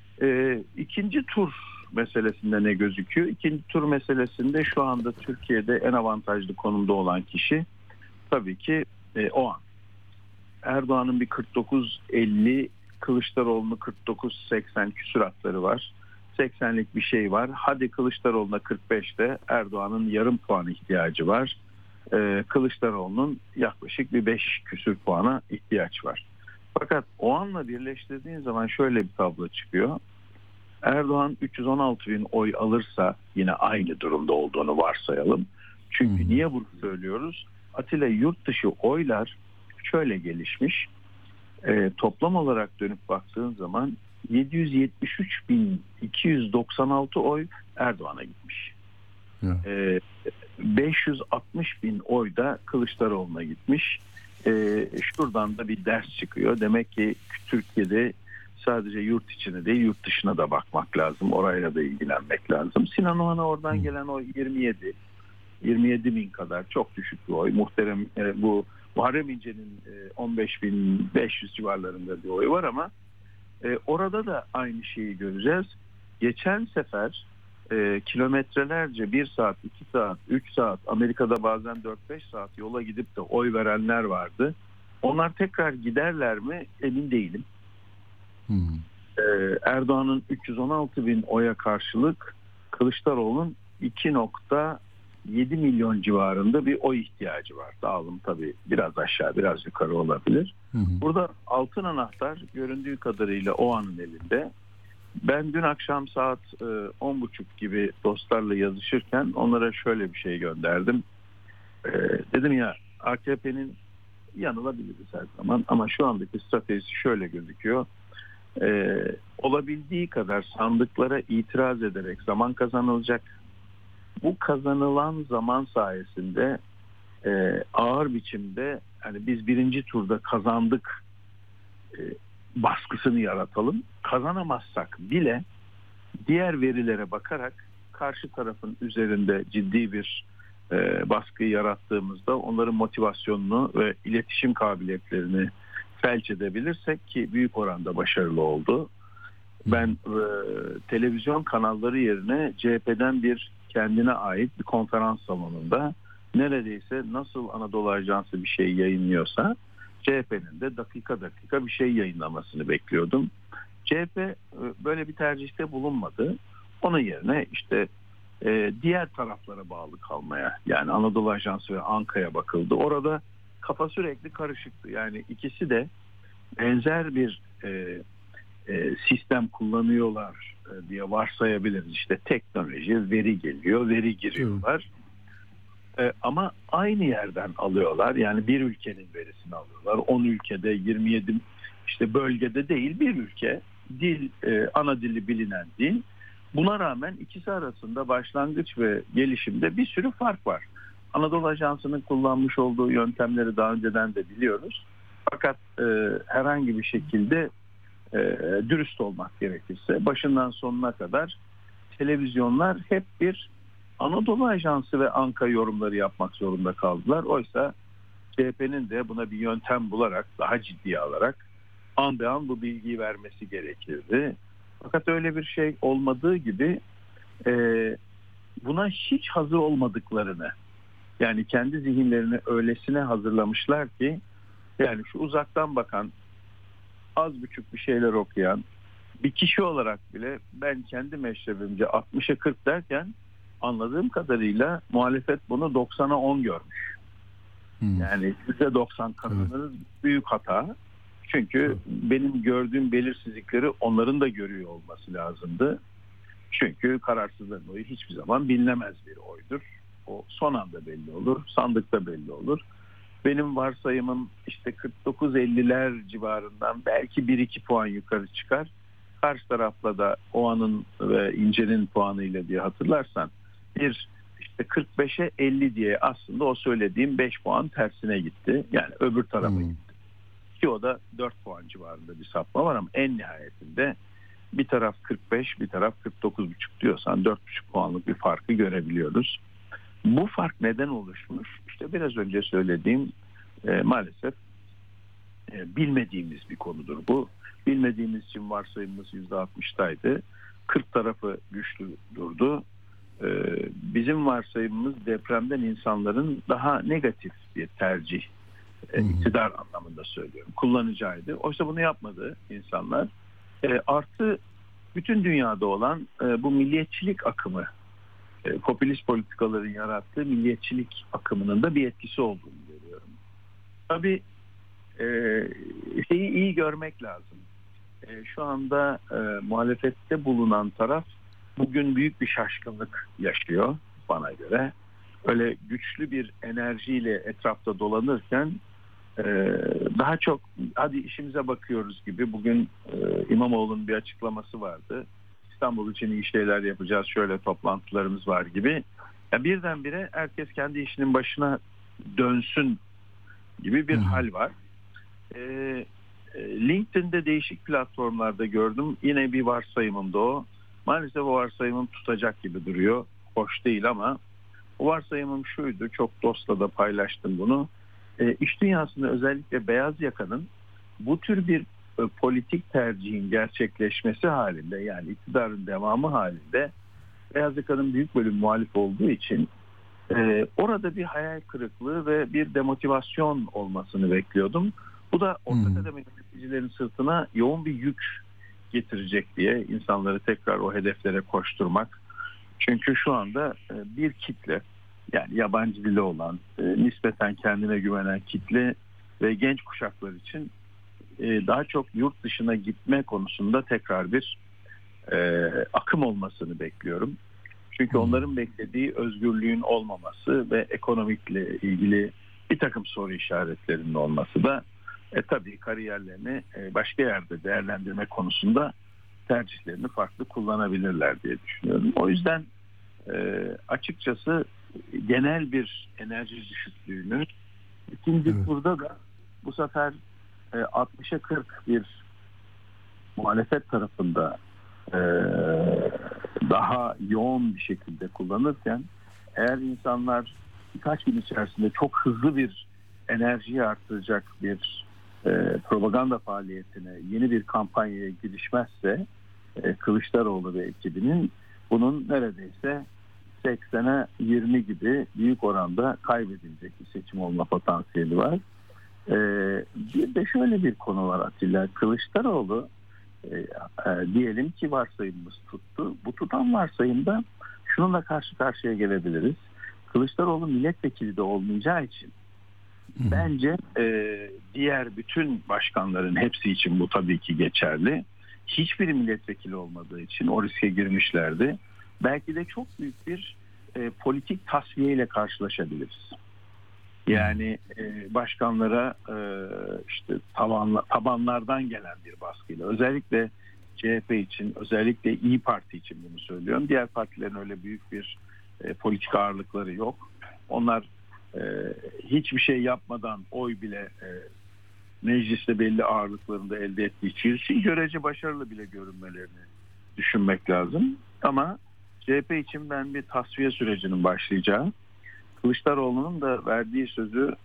E, ikinci tur meselesinde ne gözüküyor? İkinci tur meselesinde şu anda Türkiye'de en avantajlı konumda olan kişi tabii ki e, o an. Erdoğan'ın bir kırk dokuz elli, Kılıçdaroğlu'nun kırk dokuz seksen küsuratları var. seksenlik bir şey var. Hadi Kılıçdaroğlu'na kırk beşte Erdoğan'ın yarım puan ihtiyacı var. Ee, Kılıçdaroğlu'nun yaklaşık bir beş küsür puana ihtiyaç var. Fakat o anla birleştirdiğin zaman şöyle bir tablo çıkıyor. Erdoğan üç yüz on altı bin oy alırsa yine aynı durumda olduğunu varsayalım. Çünkü hmm. niye bunu söylüyoruz? Atilla yurt dışı oylar şöyle gelişmiş. Ee, toplam olarak dönüp baktığın zaman yedi yüz yetmiş üç bin iki yüz doksan altı oy Erdoğan'a gitmiş. Ee, beş yüz altmış bin oy da Kılıçdaroğlu'na gitmiş. Ee, şuradan da bir ders çıkıyor. Demek ki Türkiye'de sadece yurt içine değil yurt dışına da bakmak lazım. Orayla da ilgilenmek lazım. Sinan Oğan'a oradan gelen oy yirmi yedi. yirmi yedi bin kadar, çok düşük bir oy. Muhterem e, bu Muharrem İnce'nin e, on beş bin beş yüz civarlarında bir oy var ama e, orada da aynı şeyi göreceğiz. Geçen sefer e, kilometrelerce bir saat, iki saat, üç saat, Amerika'da bazen dört beş saat yola gidip de oy verenler vardı. Onlar tekrar giderler mi emin değilim. Hmm. E, Erdoğan'ın üç yüz on altı bin oya karşılık Kılıçdaroğlu'nun iki nokta yedi milyon civarında bir oy ihtiyacı var. Dağılım tabii biraz aşağı biraz yukarı olabilir. Hı hı. Burada altın anahtar göründüğü kadarıyla o anın elinde. Ben dün akşam saat on buçuk gibi dostlarla yazışırken onlara şöyle bir şey gönderdim. E, dedim ya A K P'nin yanılabiliriz her zaman ama şu andaki stratejisi şöyle gözüküyor. E, olabildiği kadar sandıklara itiraz ederek zaman kazanılacak. Bu kazanılan zaman sayesinde e, ağır biçimde yani biz birinci turda kazandık e, baskısını yaratalım. Kazanamazsak bile diğer verilere bakarak karşı tarafın üzerinde ciddi bir e, baskıyı yarattığımızda onların motivasyonunu ve iletişim kabiliyetlerini felç edebilirsek ki büyük oranda başarılı oldu. Ben e, televizyon kanalları yerine C H P'den bir kendine ait bir konferans salonunda neredeyse nasıl Anadolu Ajansı bir şey yayınlıyorsa C H P'nin de dakika dakika bir şey yayınlamasını bekliyordum. C H P böyle bir tercihte bulunmadı. Onun yerine işte e, diğer taraflara bağlı kalmaya yani Anadolu Ajansı ve Anka'ya bakıldı. Orada kafa sürekli karışıktı. Yani ikisi de benzer bir e, e, sistem kullanıyorlar e, diye varsayabiliriz. İşte teknoloji, veri geliyor, veri giriyorlar. E, ama aynı yerden alıyorlar. Yani bir ülkenin verisini alıyorlar. on ülkede, yirmi yedi işte bölgede değil bir ülke. Dil, e, ana dili bilinen dil. Buna rağmen ikisi arasında başlangıç ve gelişimde bir sürü fark var. Anadolu Ajansı'nın kullanmış olduğu yöntemleri daha önceden de biliyoruz. Fakat e, herhangi bir şekilde e, dürüst olmak gerekirse başından sonuna kadar televizyonlar hep bir Anadolu Ajansı ve Anka yorumları yapmak zorunda kaldılar. Oysa C H P'nin de buna bir yöntem bularak daha ciddiye alarak an be an bu bilgiyi vermesi gerekirdi. Fakat öyle bir şey olmadığı gibi e, buna hiç hazır olmadıklarını yani kendi zihinlerini öylesine hazırlamışlar ki yani şu uzaktan bakan az buçuk bir şeyler okuyan bir kişi olarak bile ben kendi meşrebimce altmışa kırk derken anladığım kadarıyla muhalefet bunu doksana on görmüş. Hmm. Yani yüzde doksan kazanırız evet. Büyük hata. Çünkü evet. Benim gördüğüm belirsizlikleri onların da görüyor olması lazımdı. Çünkü kararsızların oyu hiçbir zaman bilinemez bir oydur. O son anda belli olur, sandıkta belli olur. Benim varsayımım işte kırk dokuz elliler civarından belki bir iki puan yukarı çıkar. Karşı tarafla da Oğan'ın ve İnce'nin puanıyla diye hatırlarsan bir işte kırk beşe elli diye aslında o söylediğim beş puan tersine gitti. Yani öbür tarafa hmm. gitti. Ki o da dört puan civarında bir sapma var ama en nihayetinde bir taraf kırk beş bir taraf kırk dokuz buçuk diyorsan dört buçuk puanlık bir farkı görebiliyoruz. Bu fark neden oluşmuş? İşte biraz önce söylediğim e, maalesef e, bilmediğimiz bir konudur bu. Bilmediğimiz için varsayımımız yüzde altmıştaydı. kırk tarafı güçlü durdu. E, bizim varsayımımız depremden insanların daha negatif bir tercih. E, iktidar anlamında söylüyorum. Kullanacağıydı. Oysa bunu yapmadı insanlar. E, artı bütün dünyada olan e, bu milliyetçilik akımı E, popülist politikaların yarattığı milliyetçilik akımının da bir etkisi olduğunu görüyorum. Tabii e, şeyi iyi görmek lazım. E, şu anda e, muhalefette bulunan taraf bugün büyük bir şaşkınlık yaşıyor bana göre. Öyle güçlü bir enerjiyle etrafta dolanırken e, daha çok hadi işimize bakıyoruz gibi bugün e, İmamoğlu'nun bir açıklaması vardı. İstanbul için iyi şeyler yapacağız, şöyle toplantılarımız var gibi. Yani birdenbire herkes kendi işinin başına dönsün gibi bir Hı. hal var. Ee, LinkedIn'de değişik platformlarda gördüm. Yine bir varsayımım da o. Maalesef o varsayımım tutacak gibi duruyor. Hoş değil ama o varsayımım şuydu. Çok dostla da paylaştım bunu. E, iş dünyasında özellikle beyaz yakanın bu tür bir e, politik tercihin gerçekleşmesi halinde, yani iktidarın devamı halinde, beyaz yakanın büyük bölüm muhalif olduğu için e, orada bir hayal kırıklığı ve bir demotivasyon olmasını bekliyordum. Bu da orta Hmm. kademe yöneticilerin sırtına yoğun bir yük getirecek diye insanları tekrar o hedeflere koşturmak. Çünkü şu anda e, bir kitle, yani yabancı dili olan, e, nispeten kendine güvenen kitle ve genç kuşaklar için e, daha çok yurt dışına gitme konusunda tekrar bir e, akım olmasını bekliyorum. Çünkü Hmm. onların beklediği özgürlüğün olmaması ve ekonomikle ilgili bir takım soru işaretlerinin olması da e, tabii kariyerlerini e, başka yerde değerlendirme konusunda tercihlerini farklı kullanabilirler diye düşünüyorum. O yüzden e, açıkçası genel bir enerji düşüklüğünü, ikinci Evet. turda da bu sefer e, altmışa kırk bir muhalefet tarafında e, daha yoğun bir şekilde kullanırken, eğer insanlar birkaç gün içerisinde çok hızlı bir enerjiyi artıracak bir e, propaganda faaliyetine, yeni bir kampanyaya girişmezse e, Kılıçdaroğlu ve ekibinin bunun neredeyse seksene yirmi gibi büyük oranda kaybedilecek bir seçim olma potansiyeli var. E, bir de şöyle bir konu var Atilla. Kılıçdaroğlu e, e, diyelim ki varsayımımız tuttu. Bu tutan varsayımda şununla karşı karşıya gelebiliriz. Kılıçdaroğlu milletvekili de olmayacağı için Hı. bence e, diğer bütün başkanların hepsi için bu tabii ki geçerli. Hiçbiri milletvekili olmadığı için o riske girmişlerdi. Belki de çok büyük bir e, politik tasfiye ile karşılaşabiliriz. Yani e, başkanlara e, işte tabanla, tabanlardan gelen bir baskıyla, özellikle C H P için, özellikle İyi Parti için bunu söylüyorum. Diğer partilerin öyle büyük bir e, politik ağırlıkları yok. Onlar e, hiçbir şey yapmadan oy bile e, mecliste belli ağırlıklarında elde ettiği için görece başarılı bile görünmelerini düşünmek lazım. Ama C H P için ben bir tasfiye sürecinin başlayacağı, Kılıçdaroğlu'nun da verdiği sözü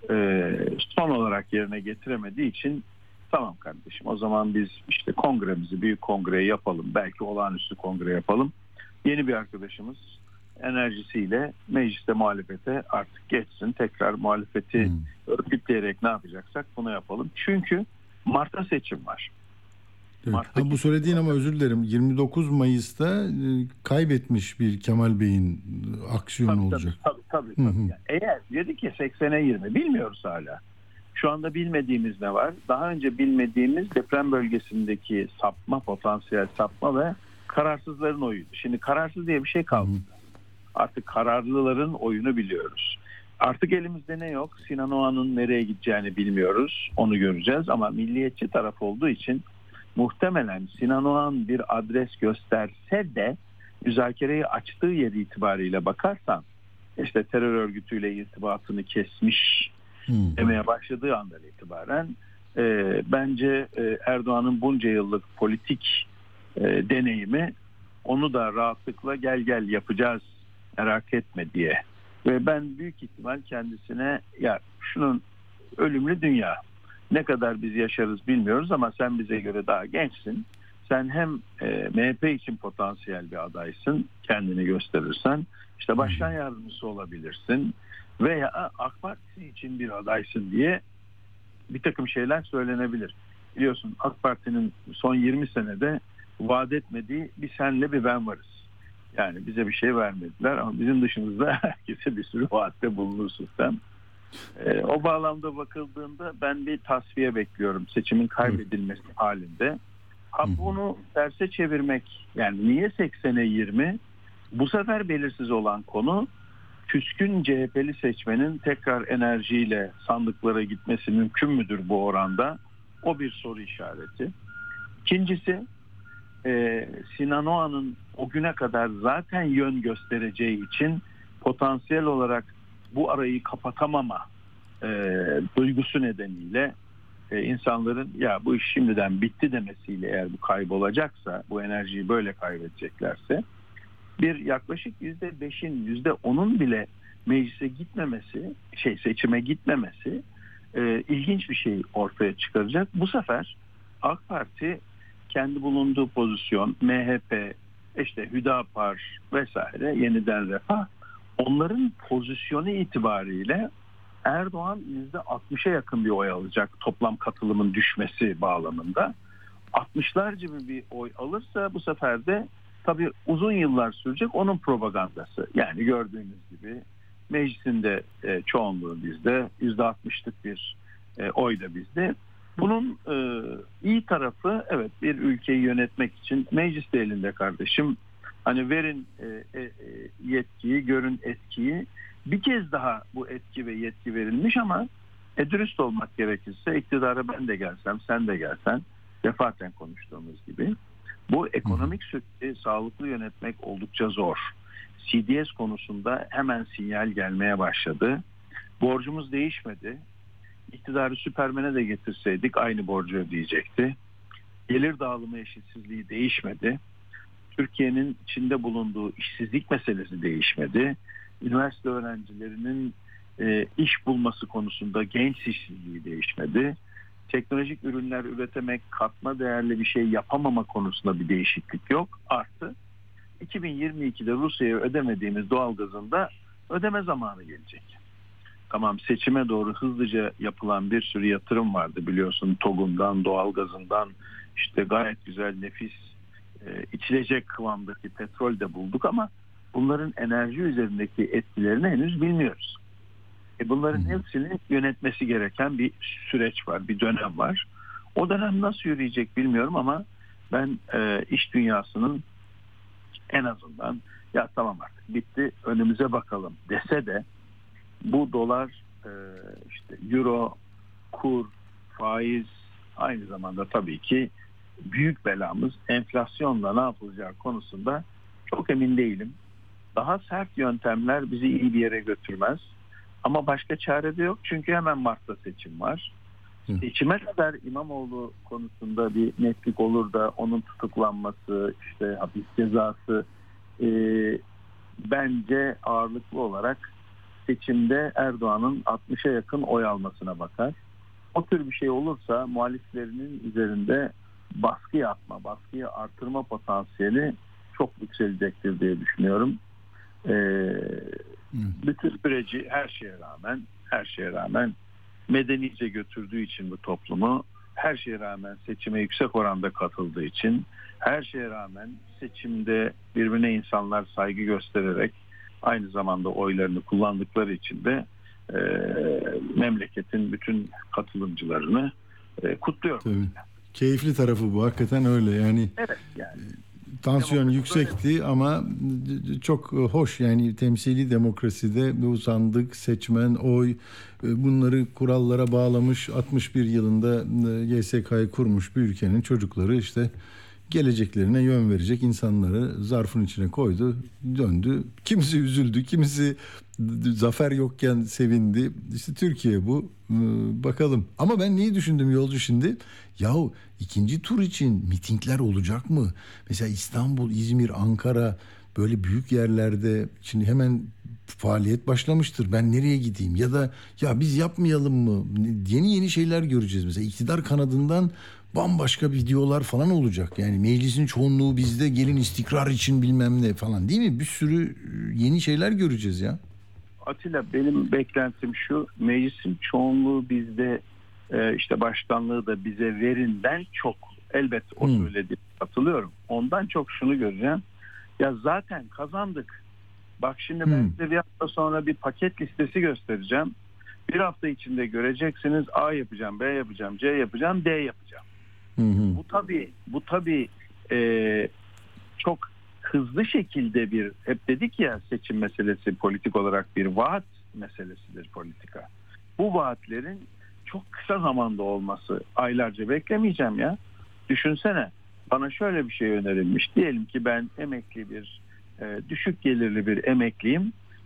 e, son olarak yerine getiremediği için tamam kardeşim, o zaman biz işte kongremizi, büyük kongreyi yapalım, belki olağanüstü kongre yapalım. Yeni bir arkadaşımız enerjisiyle mecliste muhalefete artık geçsin, tekrar muhalefeti hmm. örgütleyerek ne yapacaksak bunu yapalım. Çünkü Mart'ta seçim var. Evet. Ha, bu söylediğin ama özür dilerim, yirmi dokuz Mayıs'ta e, kaybetmiş bir Kemal Bey'in aksiyonu tabii, olacak. Tabii tabii. tabii. Yani eğer dedi ki seksene yirmi, bilmiyoruz hala. Şu anda bilmediğimiz ne var? Daha önce bilmediğimiz deprem bölgesindeki sapma, potansiyel sapma ve kararsızların oyuydu. Şimdi kararsız diye bir şey kalmadı. Hı hı. Artık kararlıların oyunu biliyoruz. Artık elimizde ne yok? Sinan Oğan'ın nereye gideceğini bilmiyoruz. Onu göreceğiz ama milliyetçi taraf olduğu için muhtemelen Sinan Oğan bir adres gösterse de müzakereyi açtığı yer itibariyle bakarsan işte terör örgütüyle irtibatını kesmiş hmm. demeye başladığı andan itibaren e, bence e, Erdoğan'ın bunca yıllık politik e, deneyimi onu da rahatlıkla gel gel yapacağız, merak etme diye. Ve ben büyük ihtimal kendisine ya şunun ölümlü dünya, ne kadar biz yaşarız bilmiyoruz ama sen bize göre daha gençsin. Sen hem e, M H P için potansiyel bir adaysın, kendini gösterirsen. İşte başkan yardımcısı olabilirsin. Veya AK Parti için bir adaysın diye bir takım şeyler söylenebilir. Biliyorsun AK Parti'nin son yirmi senede vaat etmediği bir senle bir ben varız. Yani bize bir şey vermediler ama bizim dışımızda herkese bir sürü vaatte bulunursun sen. Ee, o bağlamda bakıldığında ben bir tasfiye bekliyorum seçimin kaybedilmesi Hı. halinde. Ha bunu terse çevirmek, yani niye seksene yirmi? Bu sefer belirsiz olan konu, küskün C H P'li seçmenin tekrar enerjiyle sandıklara gitmesi mümkün müdür bu oranda? O bir soru işareti. İkincisi, e, Sinan Oğan'ın o güne kadar zaten yön göstereceği için potansiyel olarak bu arayı kapatamama e, duygusu nedeniyle e, insanların ya bu iş şimdiden bitti demesiyle, eğer bu kaybolacaksa, bu enerjiyi böyle kaybedeceklerse, bir yaklaşık yüzde beşin, yüzde onun bile meclise gitmemesi, şey seçime gitmemesi e, ilginç bir şey ortaya çıkaracak. Bu sefer AK Parti kendi bulunduğu pozisyon, M H P, işte Hüdapar vesaire, Yeniden Refah, onların pozisyonu itibariyle Erdoğan yüzde altmışa yakın bir oy alacak toplam katılımın düşmesi bağlamında. altmışlar gibi bir oy alırsa bu sefer de tabii uzun yıllar sürecek onun propagandası. Yani gördüğünüz gibi meclisinde e, çoğunluğu bizde, yüzde altmışlık bir e, oy da bizde. Bunun e, iyi tarafı, evet, bir ülkeyi yönetmek için meclis de elinde kardeşim. Hani verin e, e, yetkiyi, görün etkiyi. Bir kez daha bu etki ve yetki verilmiş ama e, dürüst olmak gerekirse iktidara ben de gelsem, sen de gelsen, defaten konuştuğumuz gibi bu ekonomik süreci sağlıklı yönetmek oldukça zor. C D S konusunda hemen sinyal gelmeye başladı. Borcumuz değişmedi. İktidarı Süpermen'e de getirseydik aynı borcu ödeyecekti. Gelir dağılımı eşitsizliği değişmedi. Türkiye'nin içinde bulunduğu işsizlik meselesi değişmedi. Üniversite öğrencilerinin e, iş bulması konusunda genç işsizliği değişmedi. Teknolojik ürünler üretemek, katma değerli bir şey yapamama konusunda bir değişiklik yok. Artı iki bin yirmi ikide Rusya'ya ödemediğimiz doğalgazın da ödeme zamanı gelecek. Tamam, seçime doğru hızlıca yapılan bir sürü yatırım vardı biliyorsun. TOG'undan, doğalgazından, işte gayet güzel, nefis e, içilecek kıvamdaki petrol de bulduk ama bunların enerji üzerindeki etkilerini henüz bilmiyoruz. E bunların hepsini yönetmesi gereken bir süreç var, bir dönem var. O dönem nasıl yürüyecek bilmiyorum ama ben e, iş dünyasının en azından ya tamam artık bitti, önümüze bakalım dese de bu dolar, e, işte euro, kur, faiz, aynı zamanda tabii ki büyük belamız enflasyonla ne yapılacağı konusunda çok emin değilim. Daha sert yöntemler bizi iyi bir yere götürmez. Ama başka çare de yok çünkü hemen Mart'ta seçim var. Hı. Seçime kadar İmamoğlu konusunda bir netlik olur da onun tutuklanması, işte hapis cezası e, bence ağırlıklı olarak seçimde Erdoğan'ın altmışa yakın oy almasına bakar. O tür bir şey olursa muhaliflerinin üzerinde baskı yapma, baskıyı artırma potansiyeli çok yükselecektir diye düşünüyorum. Ee, bütün süreci her şeye rağmen, her şeye rağmen medenice götürdüğü için bu toplumu, her şeye rağmen seçime yüksek oranda katıldığı için, her şeye rağmen seçimde birbirine insanlar saygı göstererek aynı zamanda oylarını kullandıkları için de e, memleketin bütün katılımcılarını e, kutluyorum. Tabii. Keyifli tarafı bu, hakikaten öyle yani. Evet yani. Tansiyon yüksekti ama çok hoş, yani temsili demokraside bu sandık, seçmen, oy, bunları kurallara bağlamış, altmış bir yılında Y S K'yı kurmuş bir ülkenin çocukları işte geleceklerine yön verecek insanları zarfın içine koydu, döndü. Kimisi üzüldü, kimisi zafer yokken sevindi. İşte Türkiye bu. Bakalım. Ama ben neyi düşündüm yolcu şimdi? Yahu ikinci tur için mitingler olacak mı? Mesela İstanbul, İzmir, Ankara, böyle büyük yerlerde şimdi hemen faaliyet başlamıştır. Ben nereye gideyim? Ya da ya biz yapmayalım mı? Yeni yeni şeyler göreceğiz. Mesela iktidar kanadından bambaşka videolar falan olacak. Yani meclisin çoğunluğu bizde, gelin istikrar için bilmem ne falan, değil mi? Bir sürü yeni şeyler göreceğiz ya. Atilla, benim beklentim şu: meclisin çoğunluğu bizde, e, işte başkanlığı da bize verinden çok, elbet o hmm. söyledi, katılıyorum. Ondan çok şunu göreceğim: ya zaten kazandık. Bak şimdi hmm. ben size bir hafta sonra bir paket listesi göstereceğim. Bir hafta içinde göreceksiniz, A yapacağım, B yapacağım, C yapacağım, D yapacağım. Hmm. Bu tabii, bu tabii e, çok hızlı şekilde bir, hep dedik ya, seçim meselesi politik olarak bir vaat meselesidir politika. Bu vaatlerin çok kısa zamanda olması, aylarca beklemeyeceğim ya. Düşünsene, bana şöyle bir şey önerilmiş. Diyelim ki ben emekli bir, e, düşük gelirli bir emekliyim.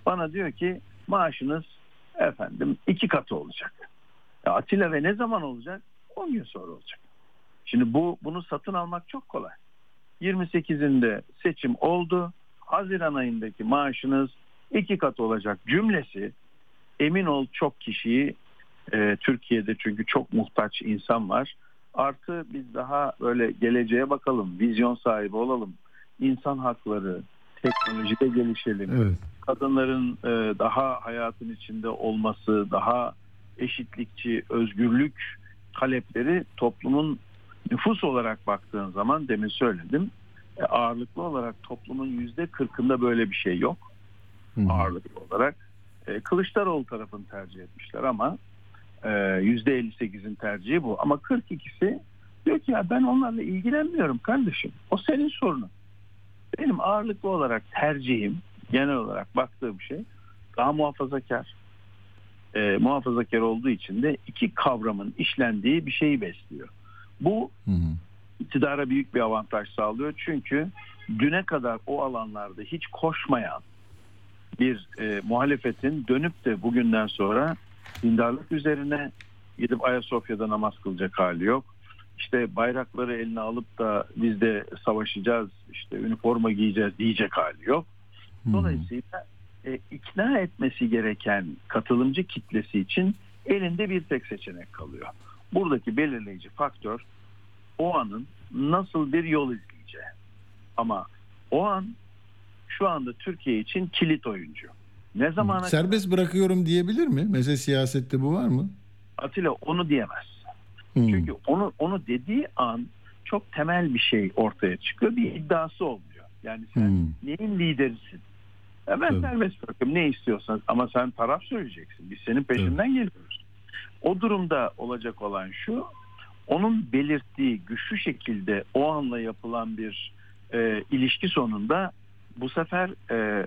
Bana diyor ki maaşınız efendim iki katı olacak. Ya Atilla Bey ne zaman olacak? on gün sonra olacak. Şimdi bu bunu satın almak çok kolay. yirmi sekizinde seçim oldu. Haziran ayındaki maaşınız iki kat olacak cümlesi, emin ol çok kişiyi e, Türkiye'de, çünkü çok muhtaç insan var. Artı biz daha böyle geleceğe bakalım, vizyon sahibi olalım. İnsan hakları, teknolojide gelişelim. Evet. Kadınların e, daha hayatın içinde olması, daha eşitlikçi, özgürlük talepleri toplumun nüfus olarak baktığın zaman, demin söyledim, e, ağırlıklı olarak toplumun yüzde kırkında böyle bir şey yok. Hı-hı. Ağırlıklı olarak e, Kılıçdaroğlu tarafını tercih etmişler ama e, yüzde elli sekizin tercihi bu. Ama kırk ikisi diyor ki ya ben onlarla ilgilenmiyorum kardeşim. O senin sorunun. Benim ağırlıklı olarak tercihim, genel olarak baktığım şey daha muhafazakar. E, muhafazakar olduğu için de iki kavramın işlendiği bir şeyi besliyor. Bu hı hı. iktidara büyük bir avantaj sağlıyor. Çünkü düne kadar o alanlarda hiç koşmayan bir e, muhalefetin dönüp de bugünden sonra dindarlık üzerine gidip Ayasofya'da namaz kılacak hali yok. İşte bayrakları eline alıp da biz de savaşacağız, işte üniforma giyeceğiz diyecek hali yok. Dolayısıyla e, ikna etmesi gereken katılımcı kitlesi için elinde bir tek seçenek kalıyor. Buradaki belirleyici faktör o anın nasıl bir yol izleyeceği. Ama o an şu anda Türkiye için kilit oyuncu. Ne zamana serbest kadar... bırakıyorum diyebilir mi? Mesela siyasette bu var mı? Atilla onu diyemez. Hmm. Çünkü onu onu dediği an çok temel bir şey ortaya çıkıyor. Bir iddiası olmuyor. Yani sen hmm. neyin liderisin? Ya ben Tabii. serbest bırakıyorum ne istiyorsan, ama sen taraf söyleyeceksin. Biz senin peşinden Tabii. geliyoruz. O durumda olacak olan şu, onun belirttiği güçlü şekilde o anla yapılan bir e, ilişki sonunda bu sefer e,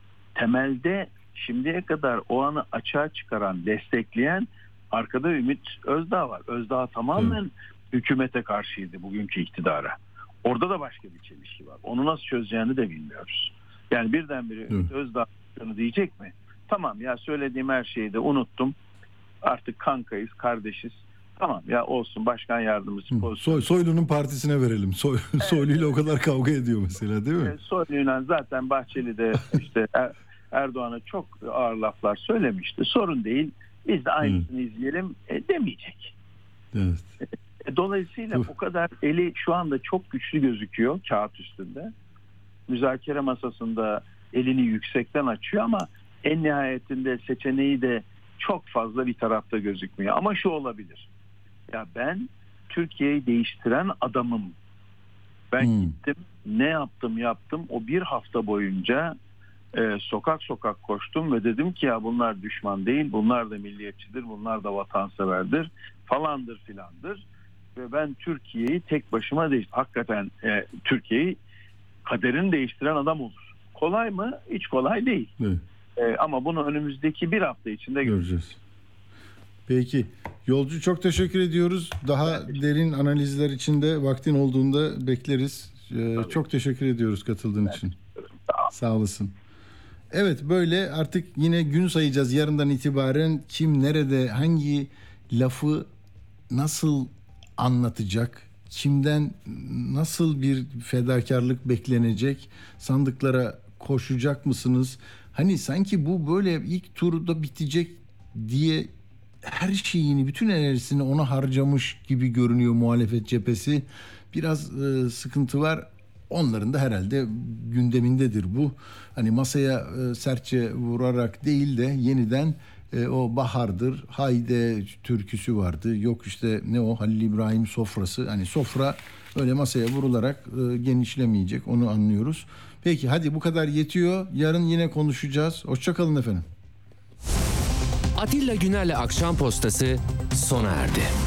temelde şimdiye kadar o anı açığa çıkaran, destekleyen arkada Ümit Özdağ var. Özdağ tamamen Hı. hükümete karşıydı, bugünkü iktidara. Orada da başka bir çelişki var. Onu nasıl çözeceğini de bilmiyoruz. Yani birdenbire Ümit Özdağ diyecek mi? Tamam ya, söylediğim her şeyi de unuttum. Artık kankayız, kardeşiz. Tamam ya olsun, başkan yardımcısı pozisyonu. Soy, Soylu'nun partisine verelim. Soy, evet. Soylu'yla o kadar kavga ediyor mesela, değil mi? Soylu'yla zaten Bahçeli de işte er, Erdoğan'a çok ağır laflar söylemişti. Sorun değil. Biz de aynısını evet. izleyelim e, demeyecek. Evet. E, dolayısıyla o kadar eli şu anda çok güçlü gözüküyor kağıt üstünde. Müzakere masasında elini yüksekten açıyor ama en nihayetinde seçeneği de çok fazla bir tarafta gözükmüyor. Ama şu olabilir. Ya ben Türkiye'yi değiştiren adamım. Ben hmm. gittim, ne yaptım yaptım. O bir hafta boyunca e, sokak sokak koştum ve dedim ki ya bunlar düşman değil, bunlar da milliyetçidir, bunlar da vatanseverdir, falandır filandır. Ve ben Türkiye'yi tek başıma değil, hakikaten e, Türkiye'yi, kaderini değiştiren adam olur. Kolay mı? Hiç kolay değil. Evet. E, ama bunu önümüzdeki bir hafta içinde göreceğiz. Peki. Yolcu, çok teşekkür ediyoruz. Daha evet. derin analizler için de vaktin olduğunda bekleriz. Ee, çok teşekkür ediyoruz katıldığın evet. için. Sağ, Sağ olasın. Evet, böyle artık yine gün sayacağız yarından itibaren. Kim nerede hangi lafı nasıl anlatacak? Kimden nasıl bir fedakarlık beklenecek? Sandıklara koşacak mısınız? Hani sanki bu böyle ilk turda bitecek diye her şeyini, bütün enerjisini ona harcamış gibi görünüyor muhalefet cephesi. Biraz e, sıkıntı var. Onların da herhalde gündemindedir bu. Hani masaya e, sertçe vurarak değil de yeniden e, o bahardır, hayde türküsü vardı. Yok işte ne o Halil İbrahim sofrası. Hani sofra öyle masaya vurularak e, genişlemeyecek, onu anlıyoruz. Peki hadi bu kadar yetiyor. Yarın yine konuşacağız. Hoşça kalın efendim. Atilla Güner'le Akşam Postası sona erdi.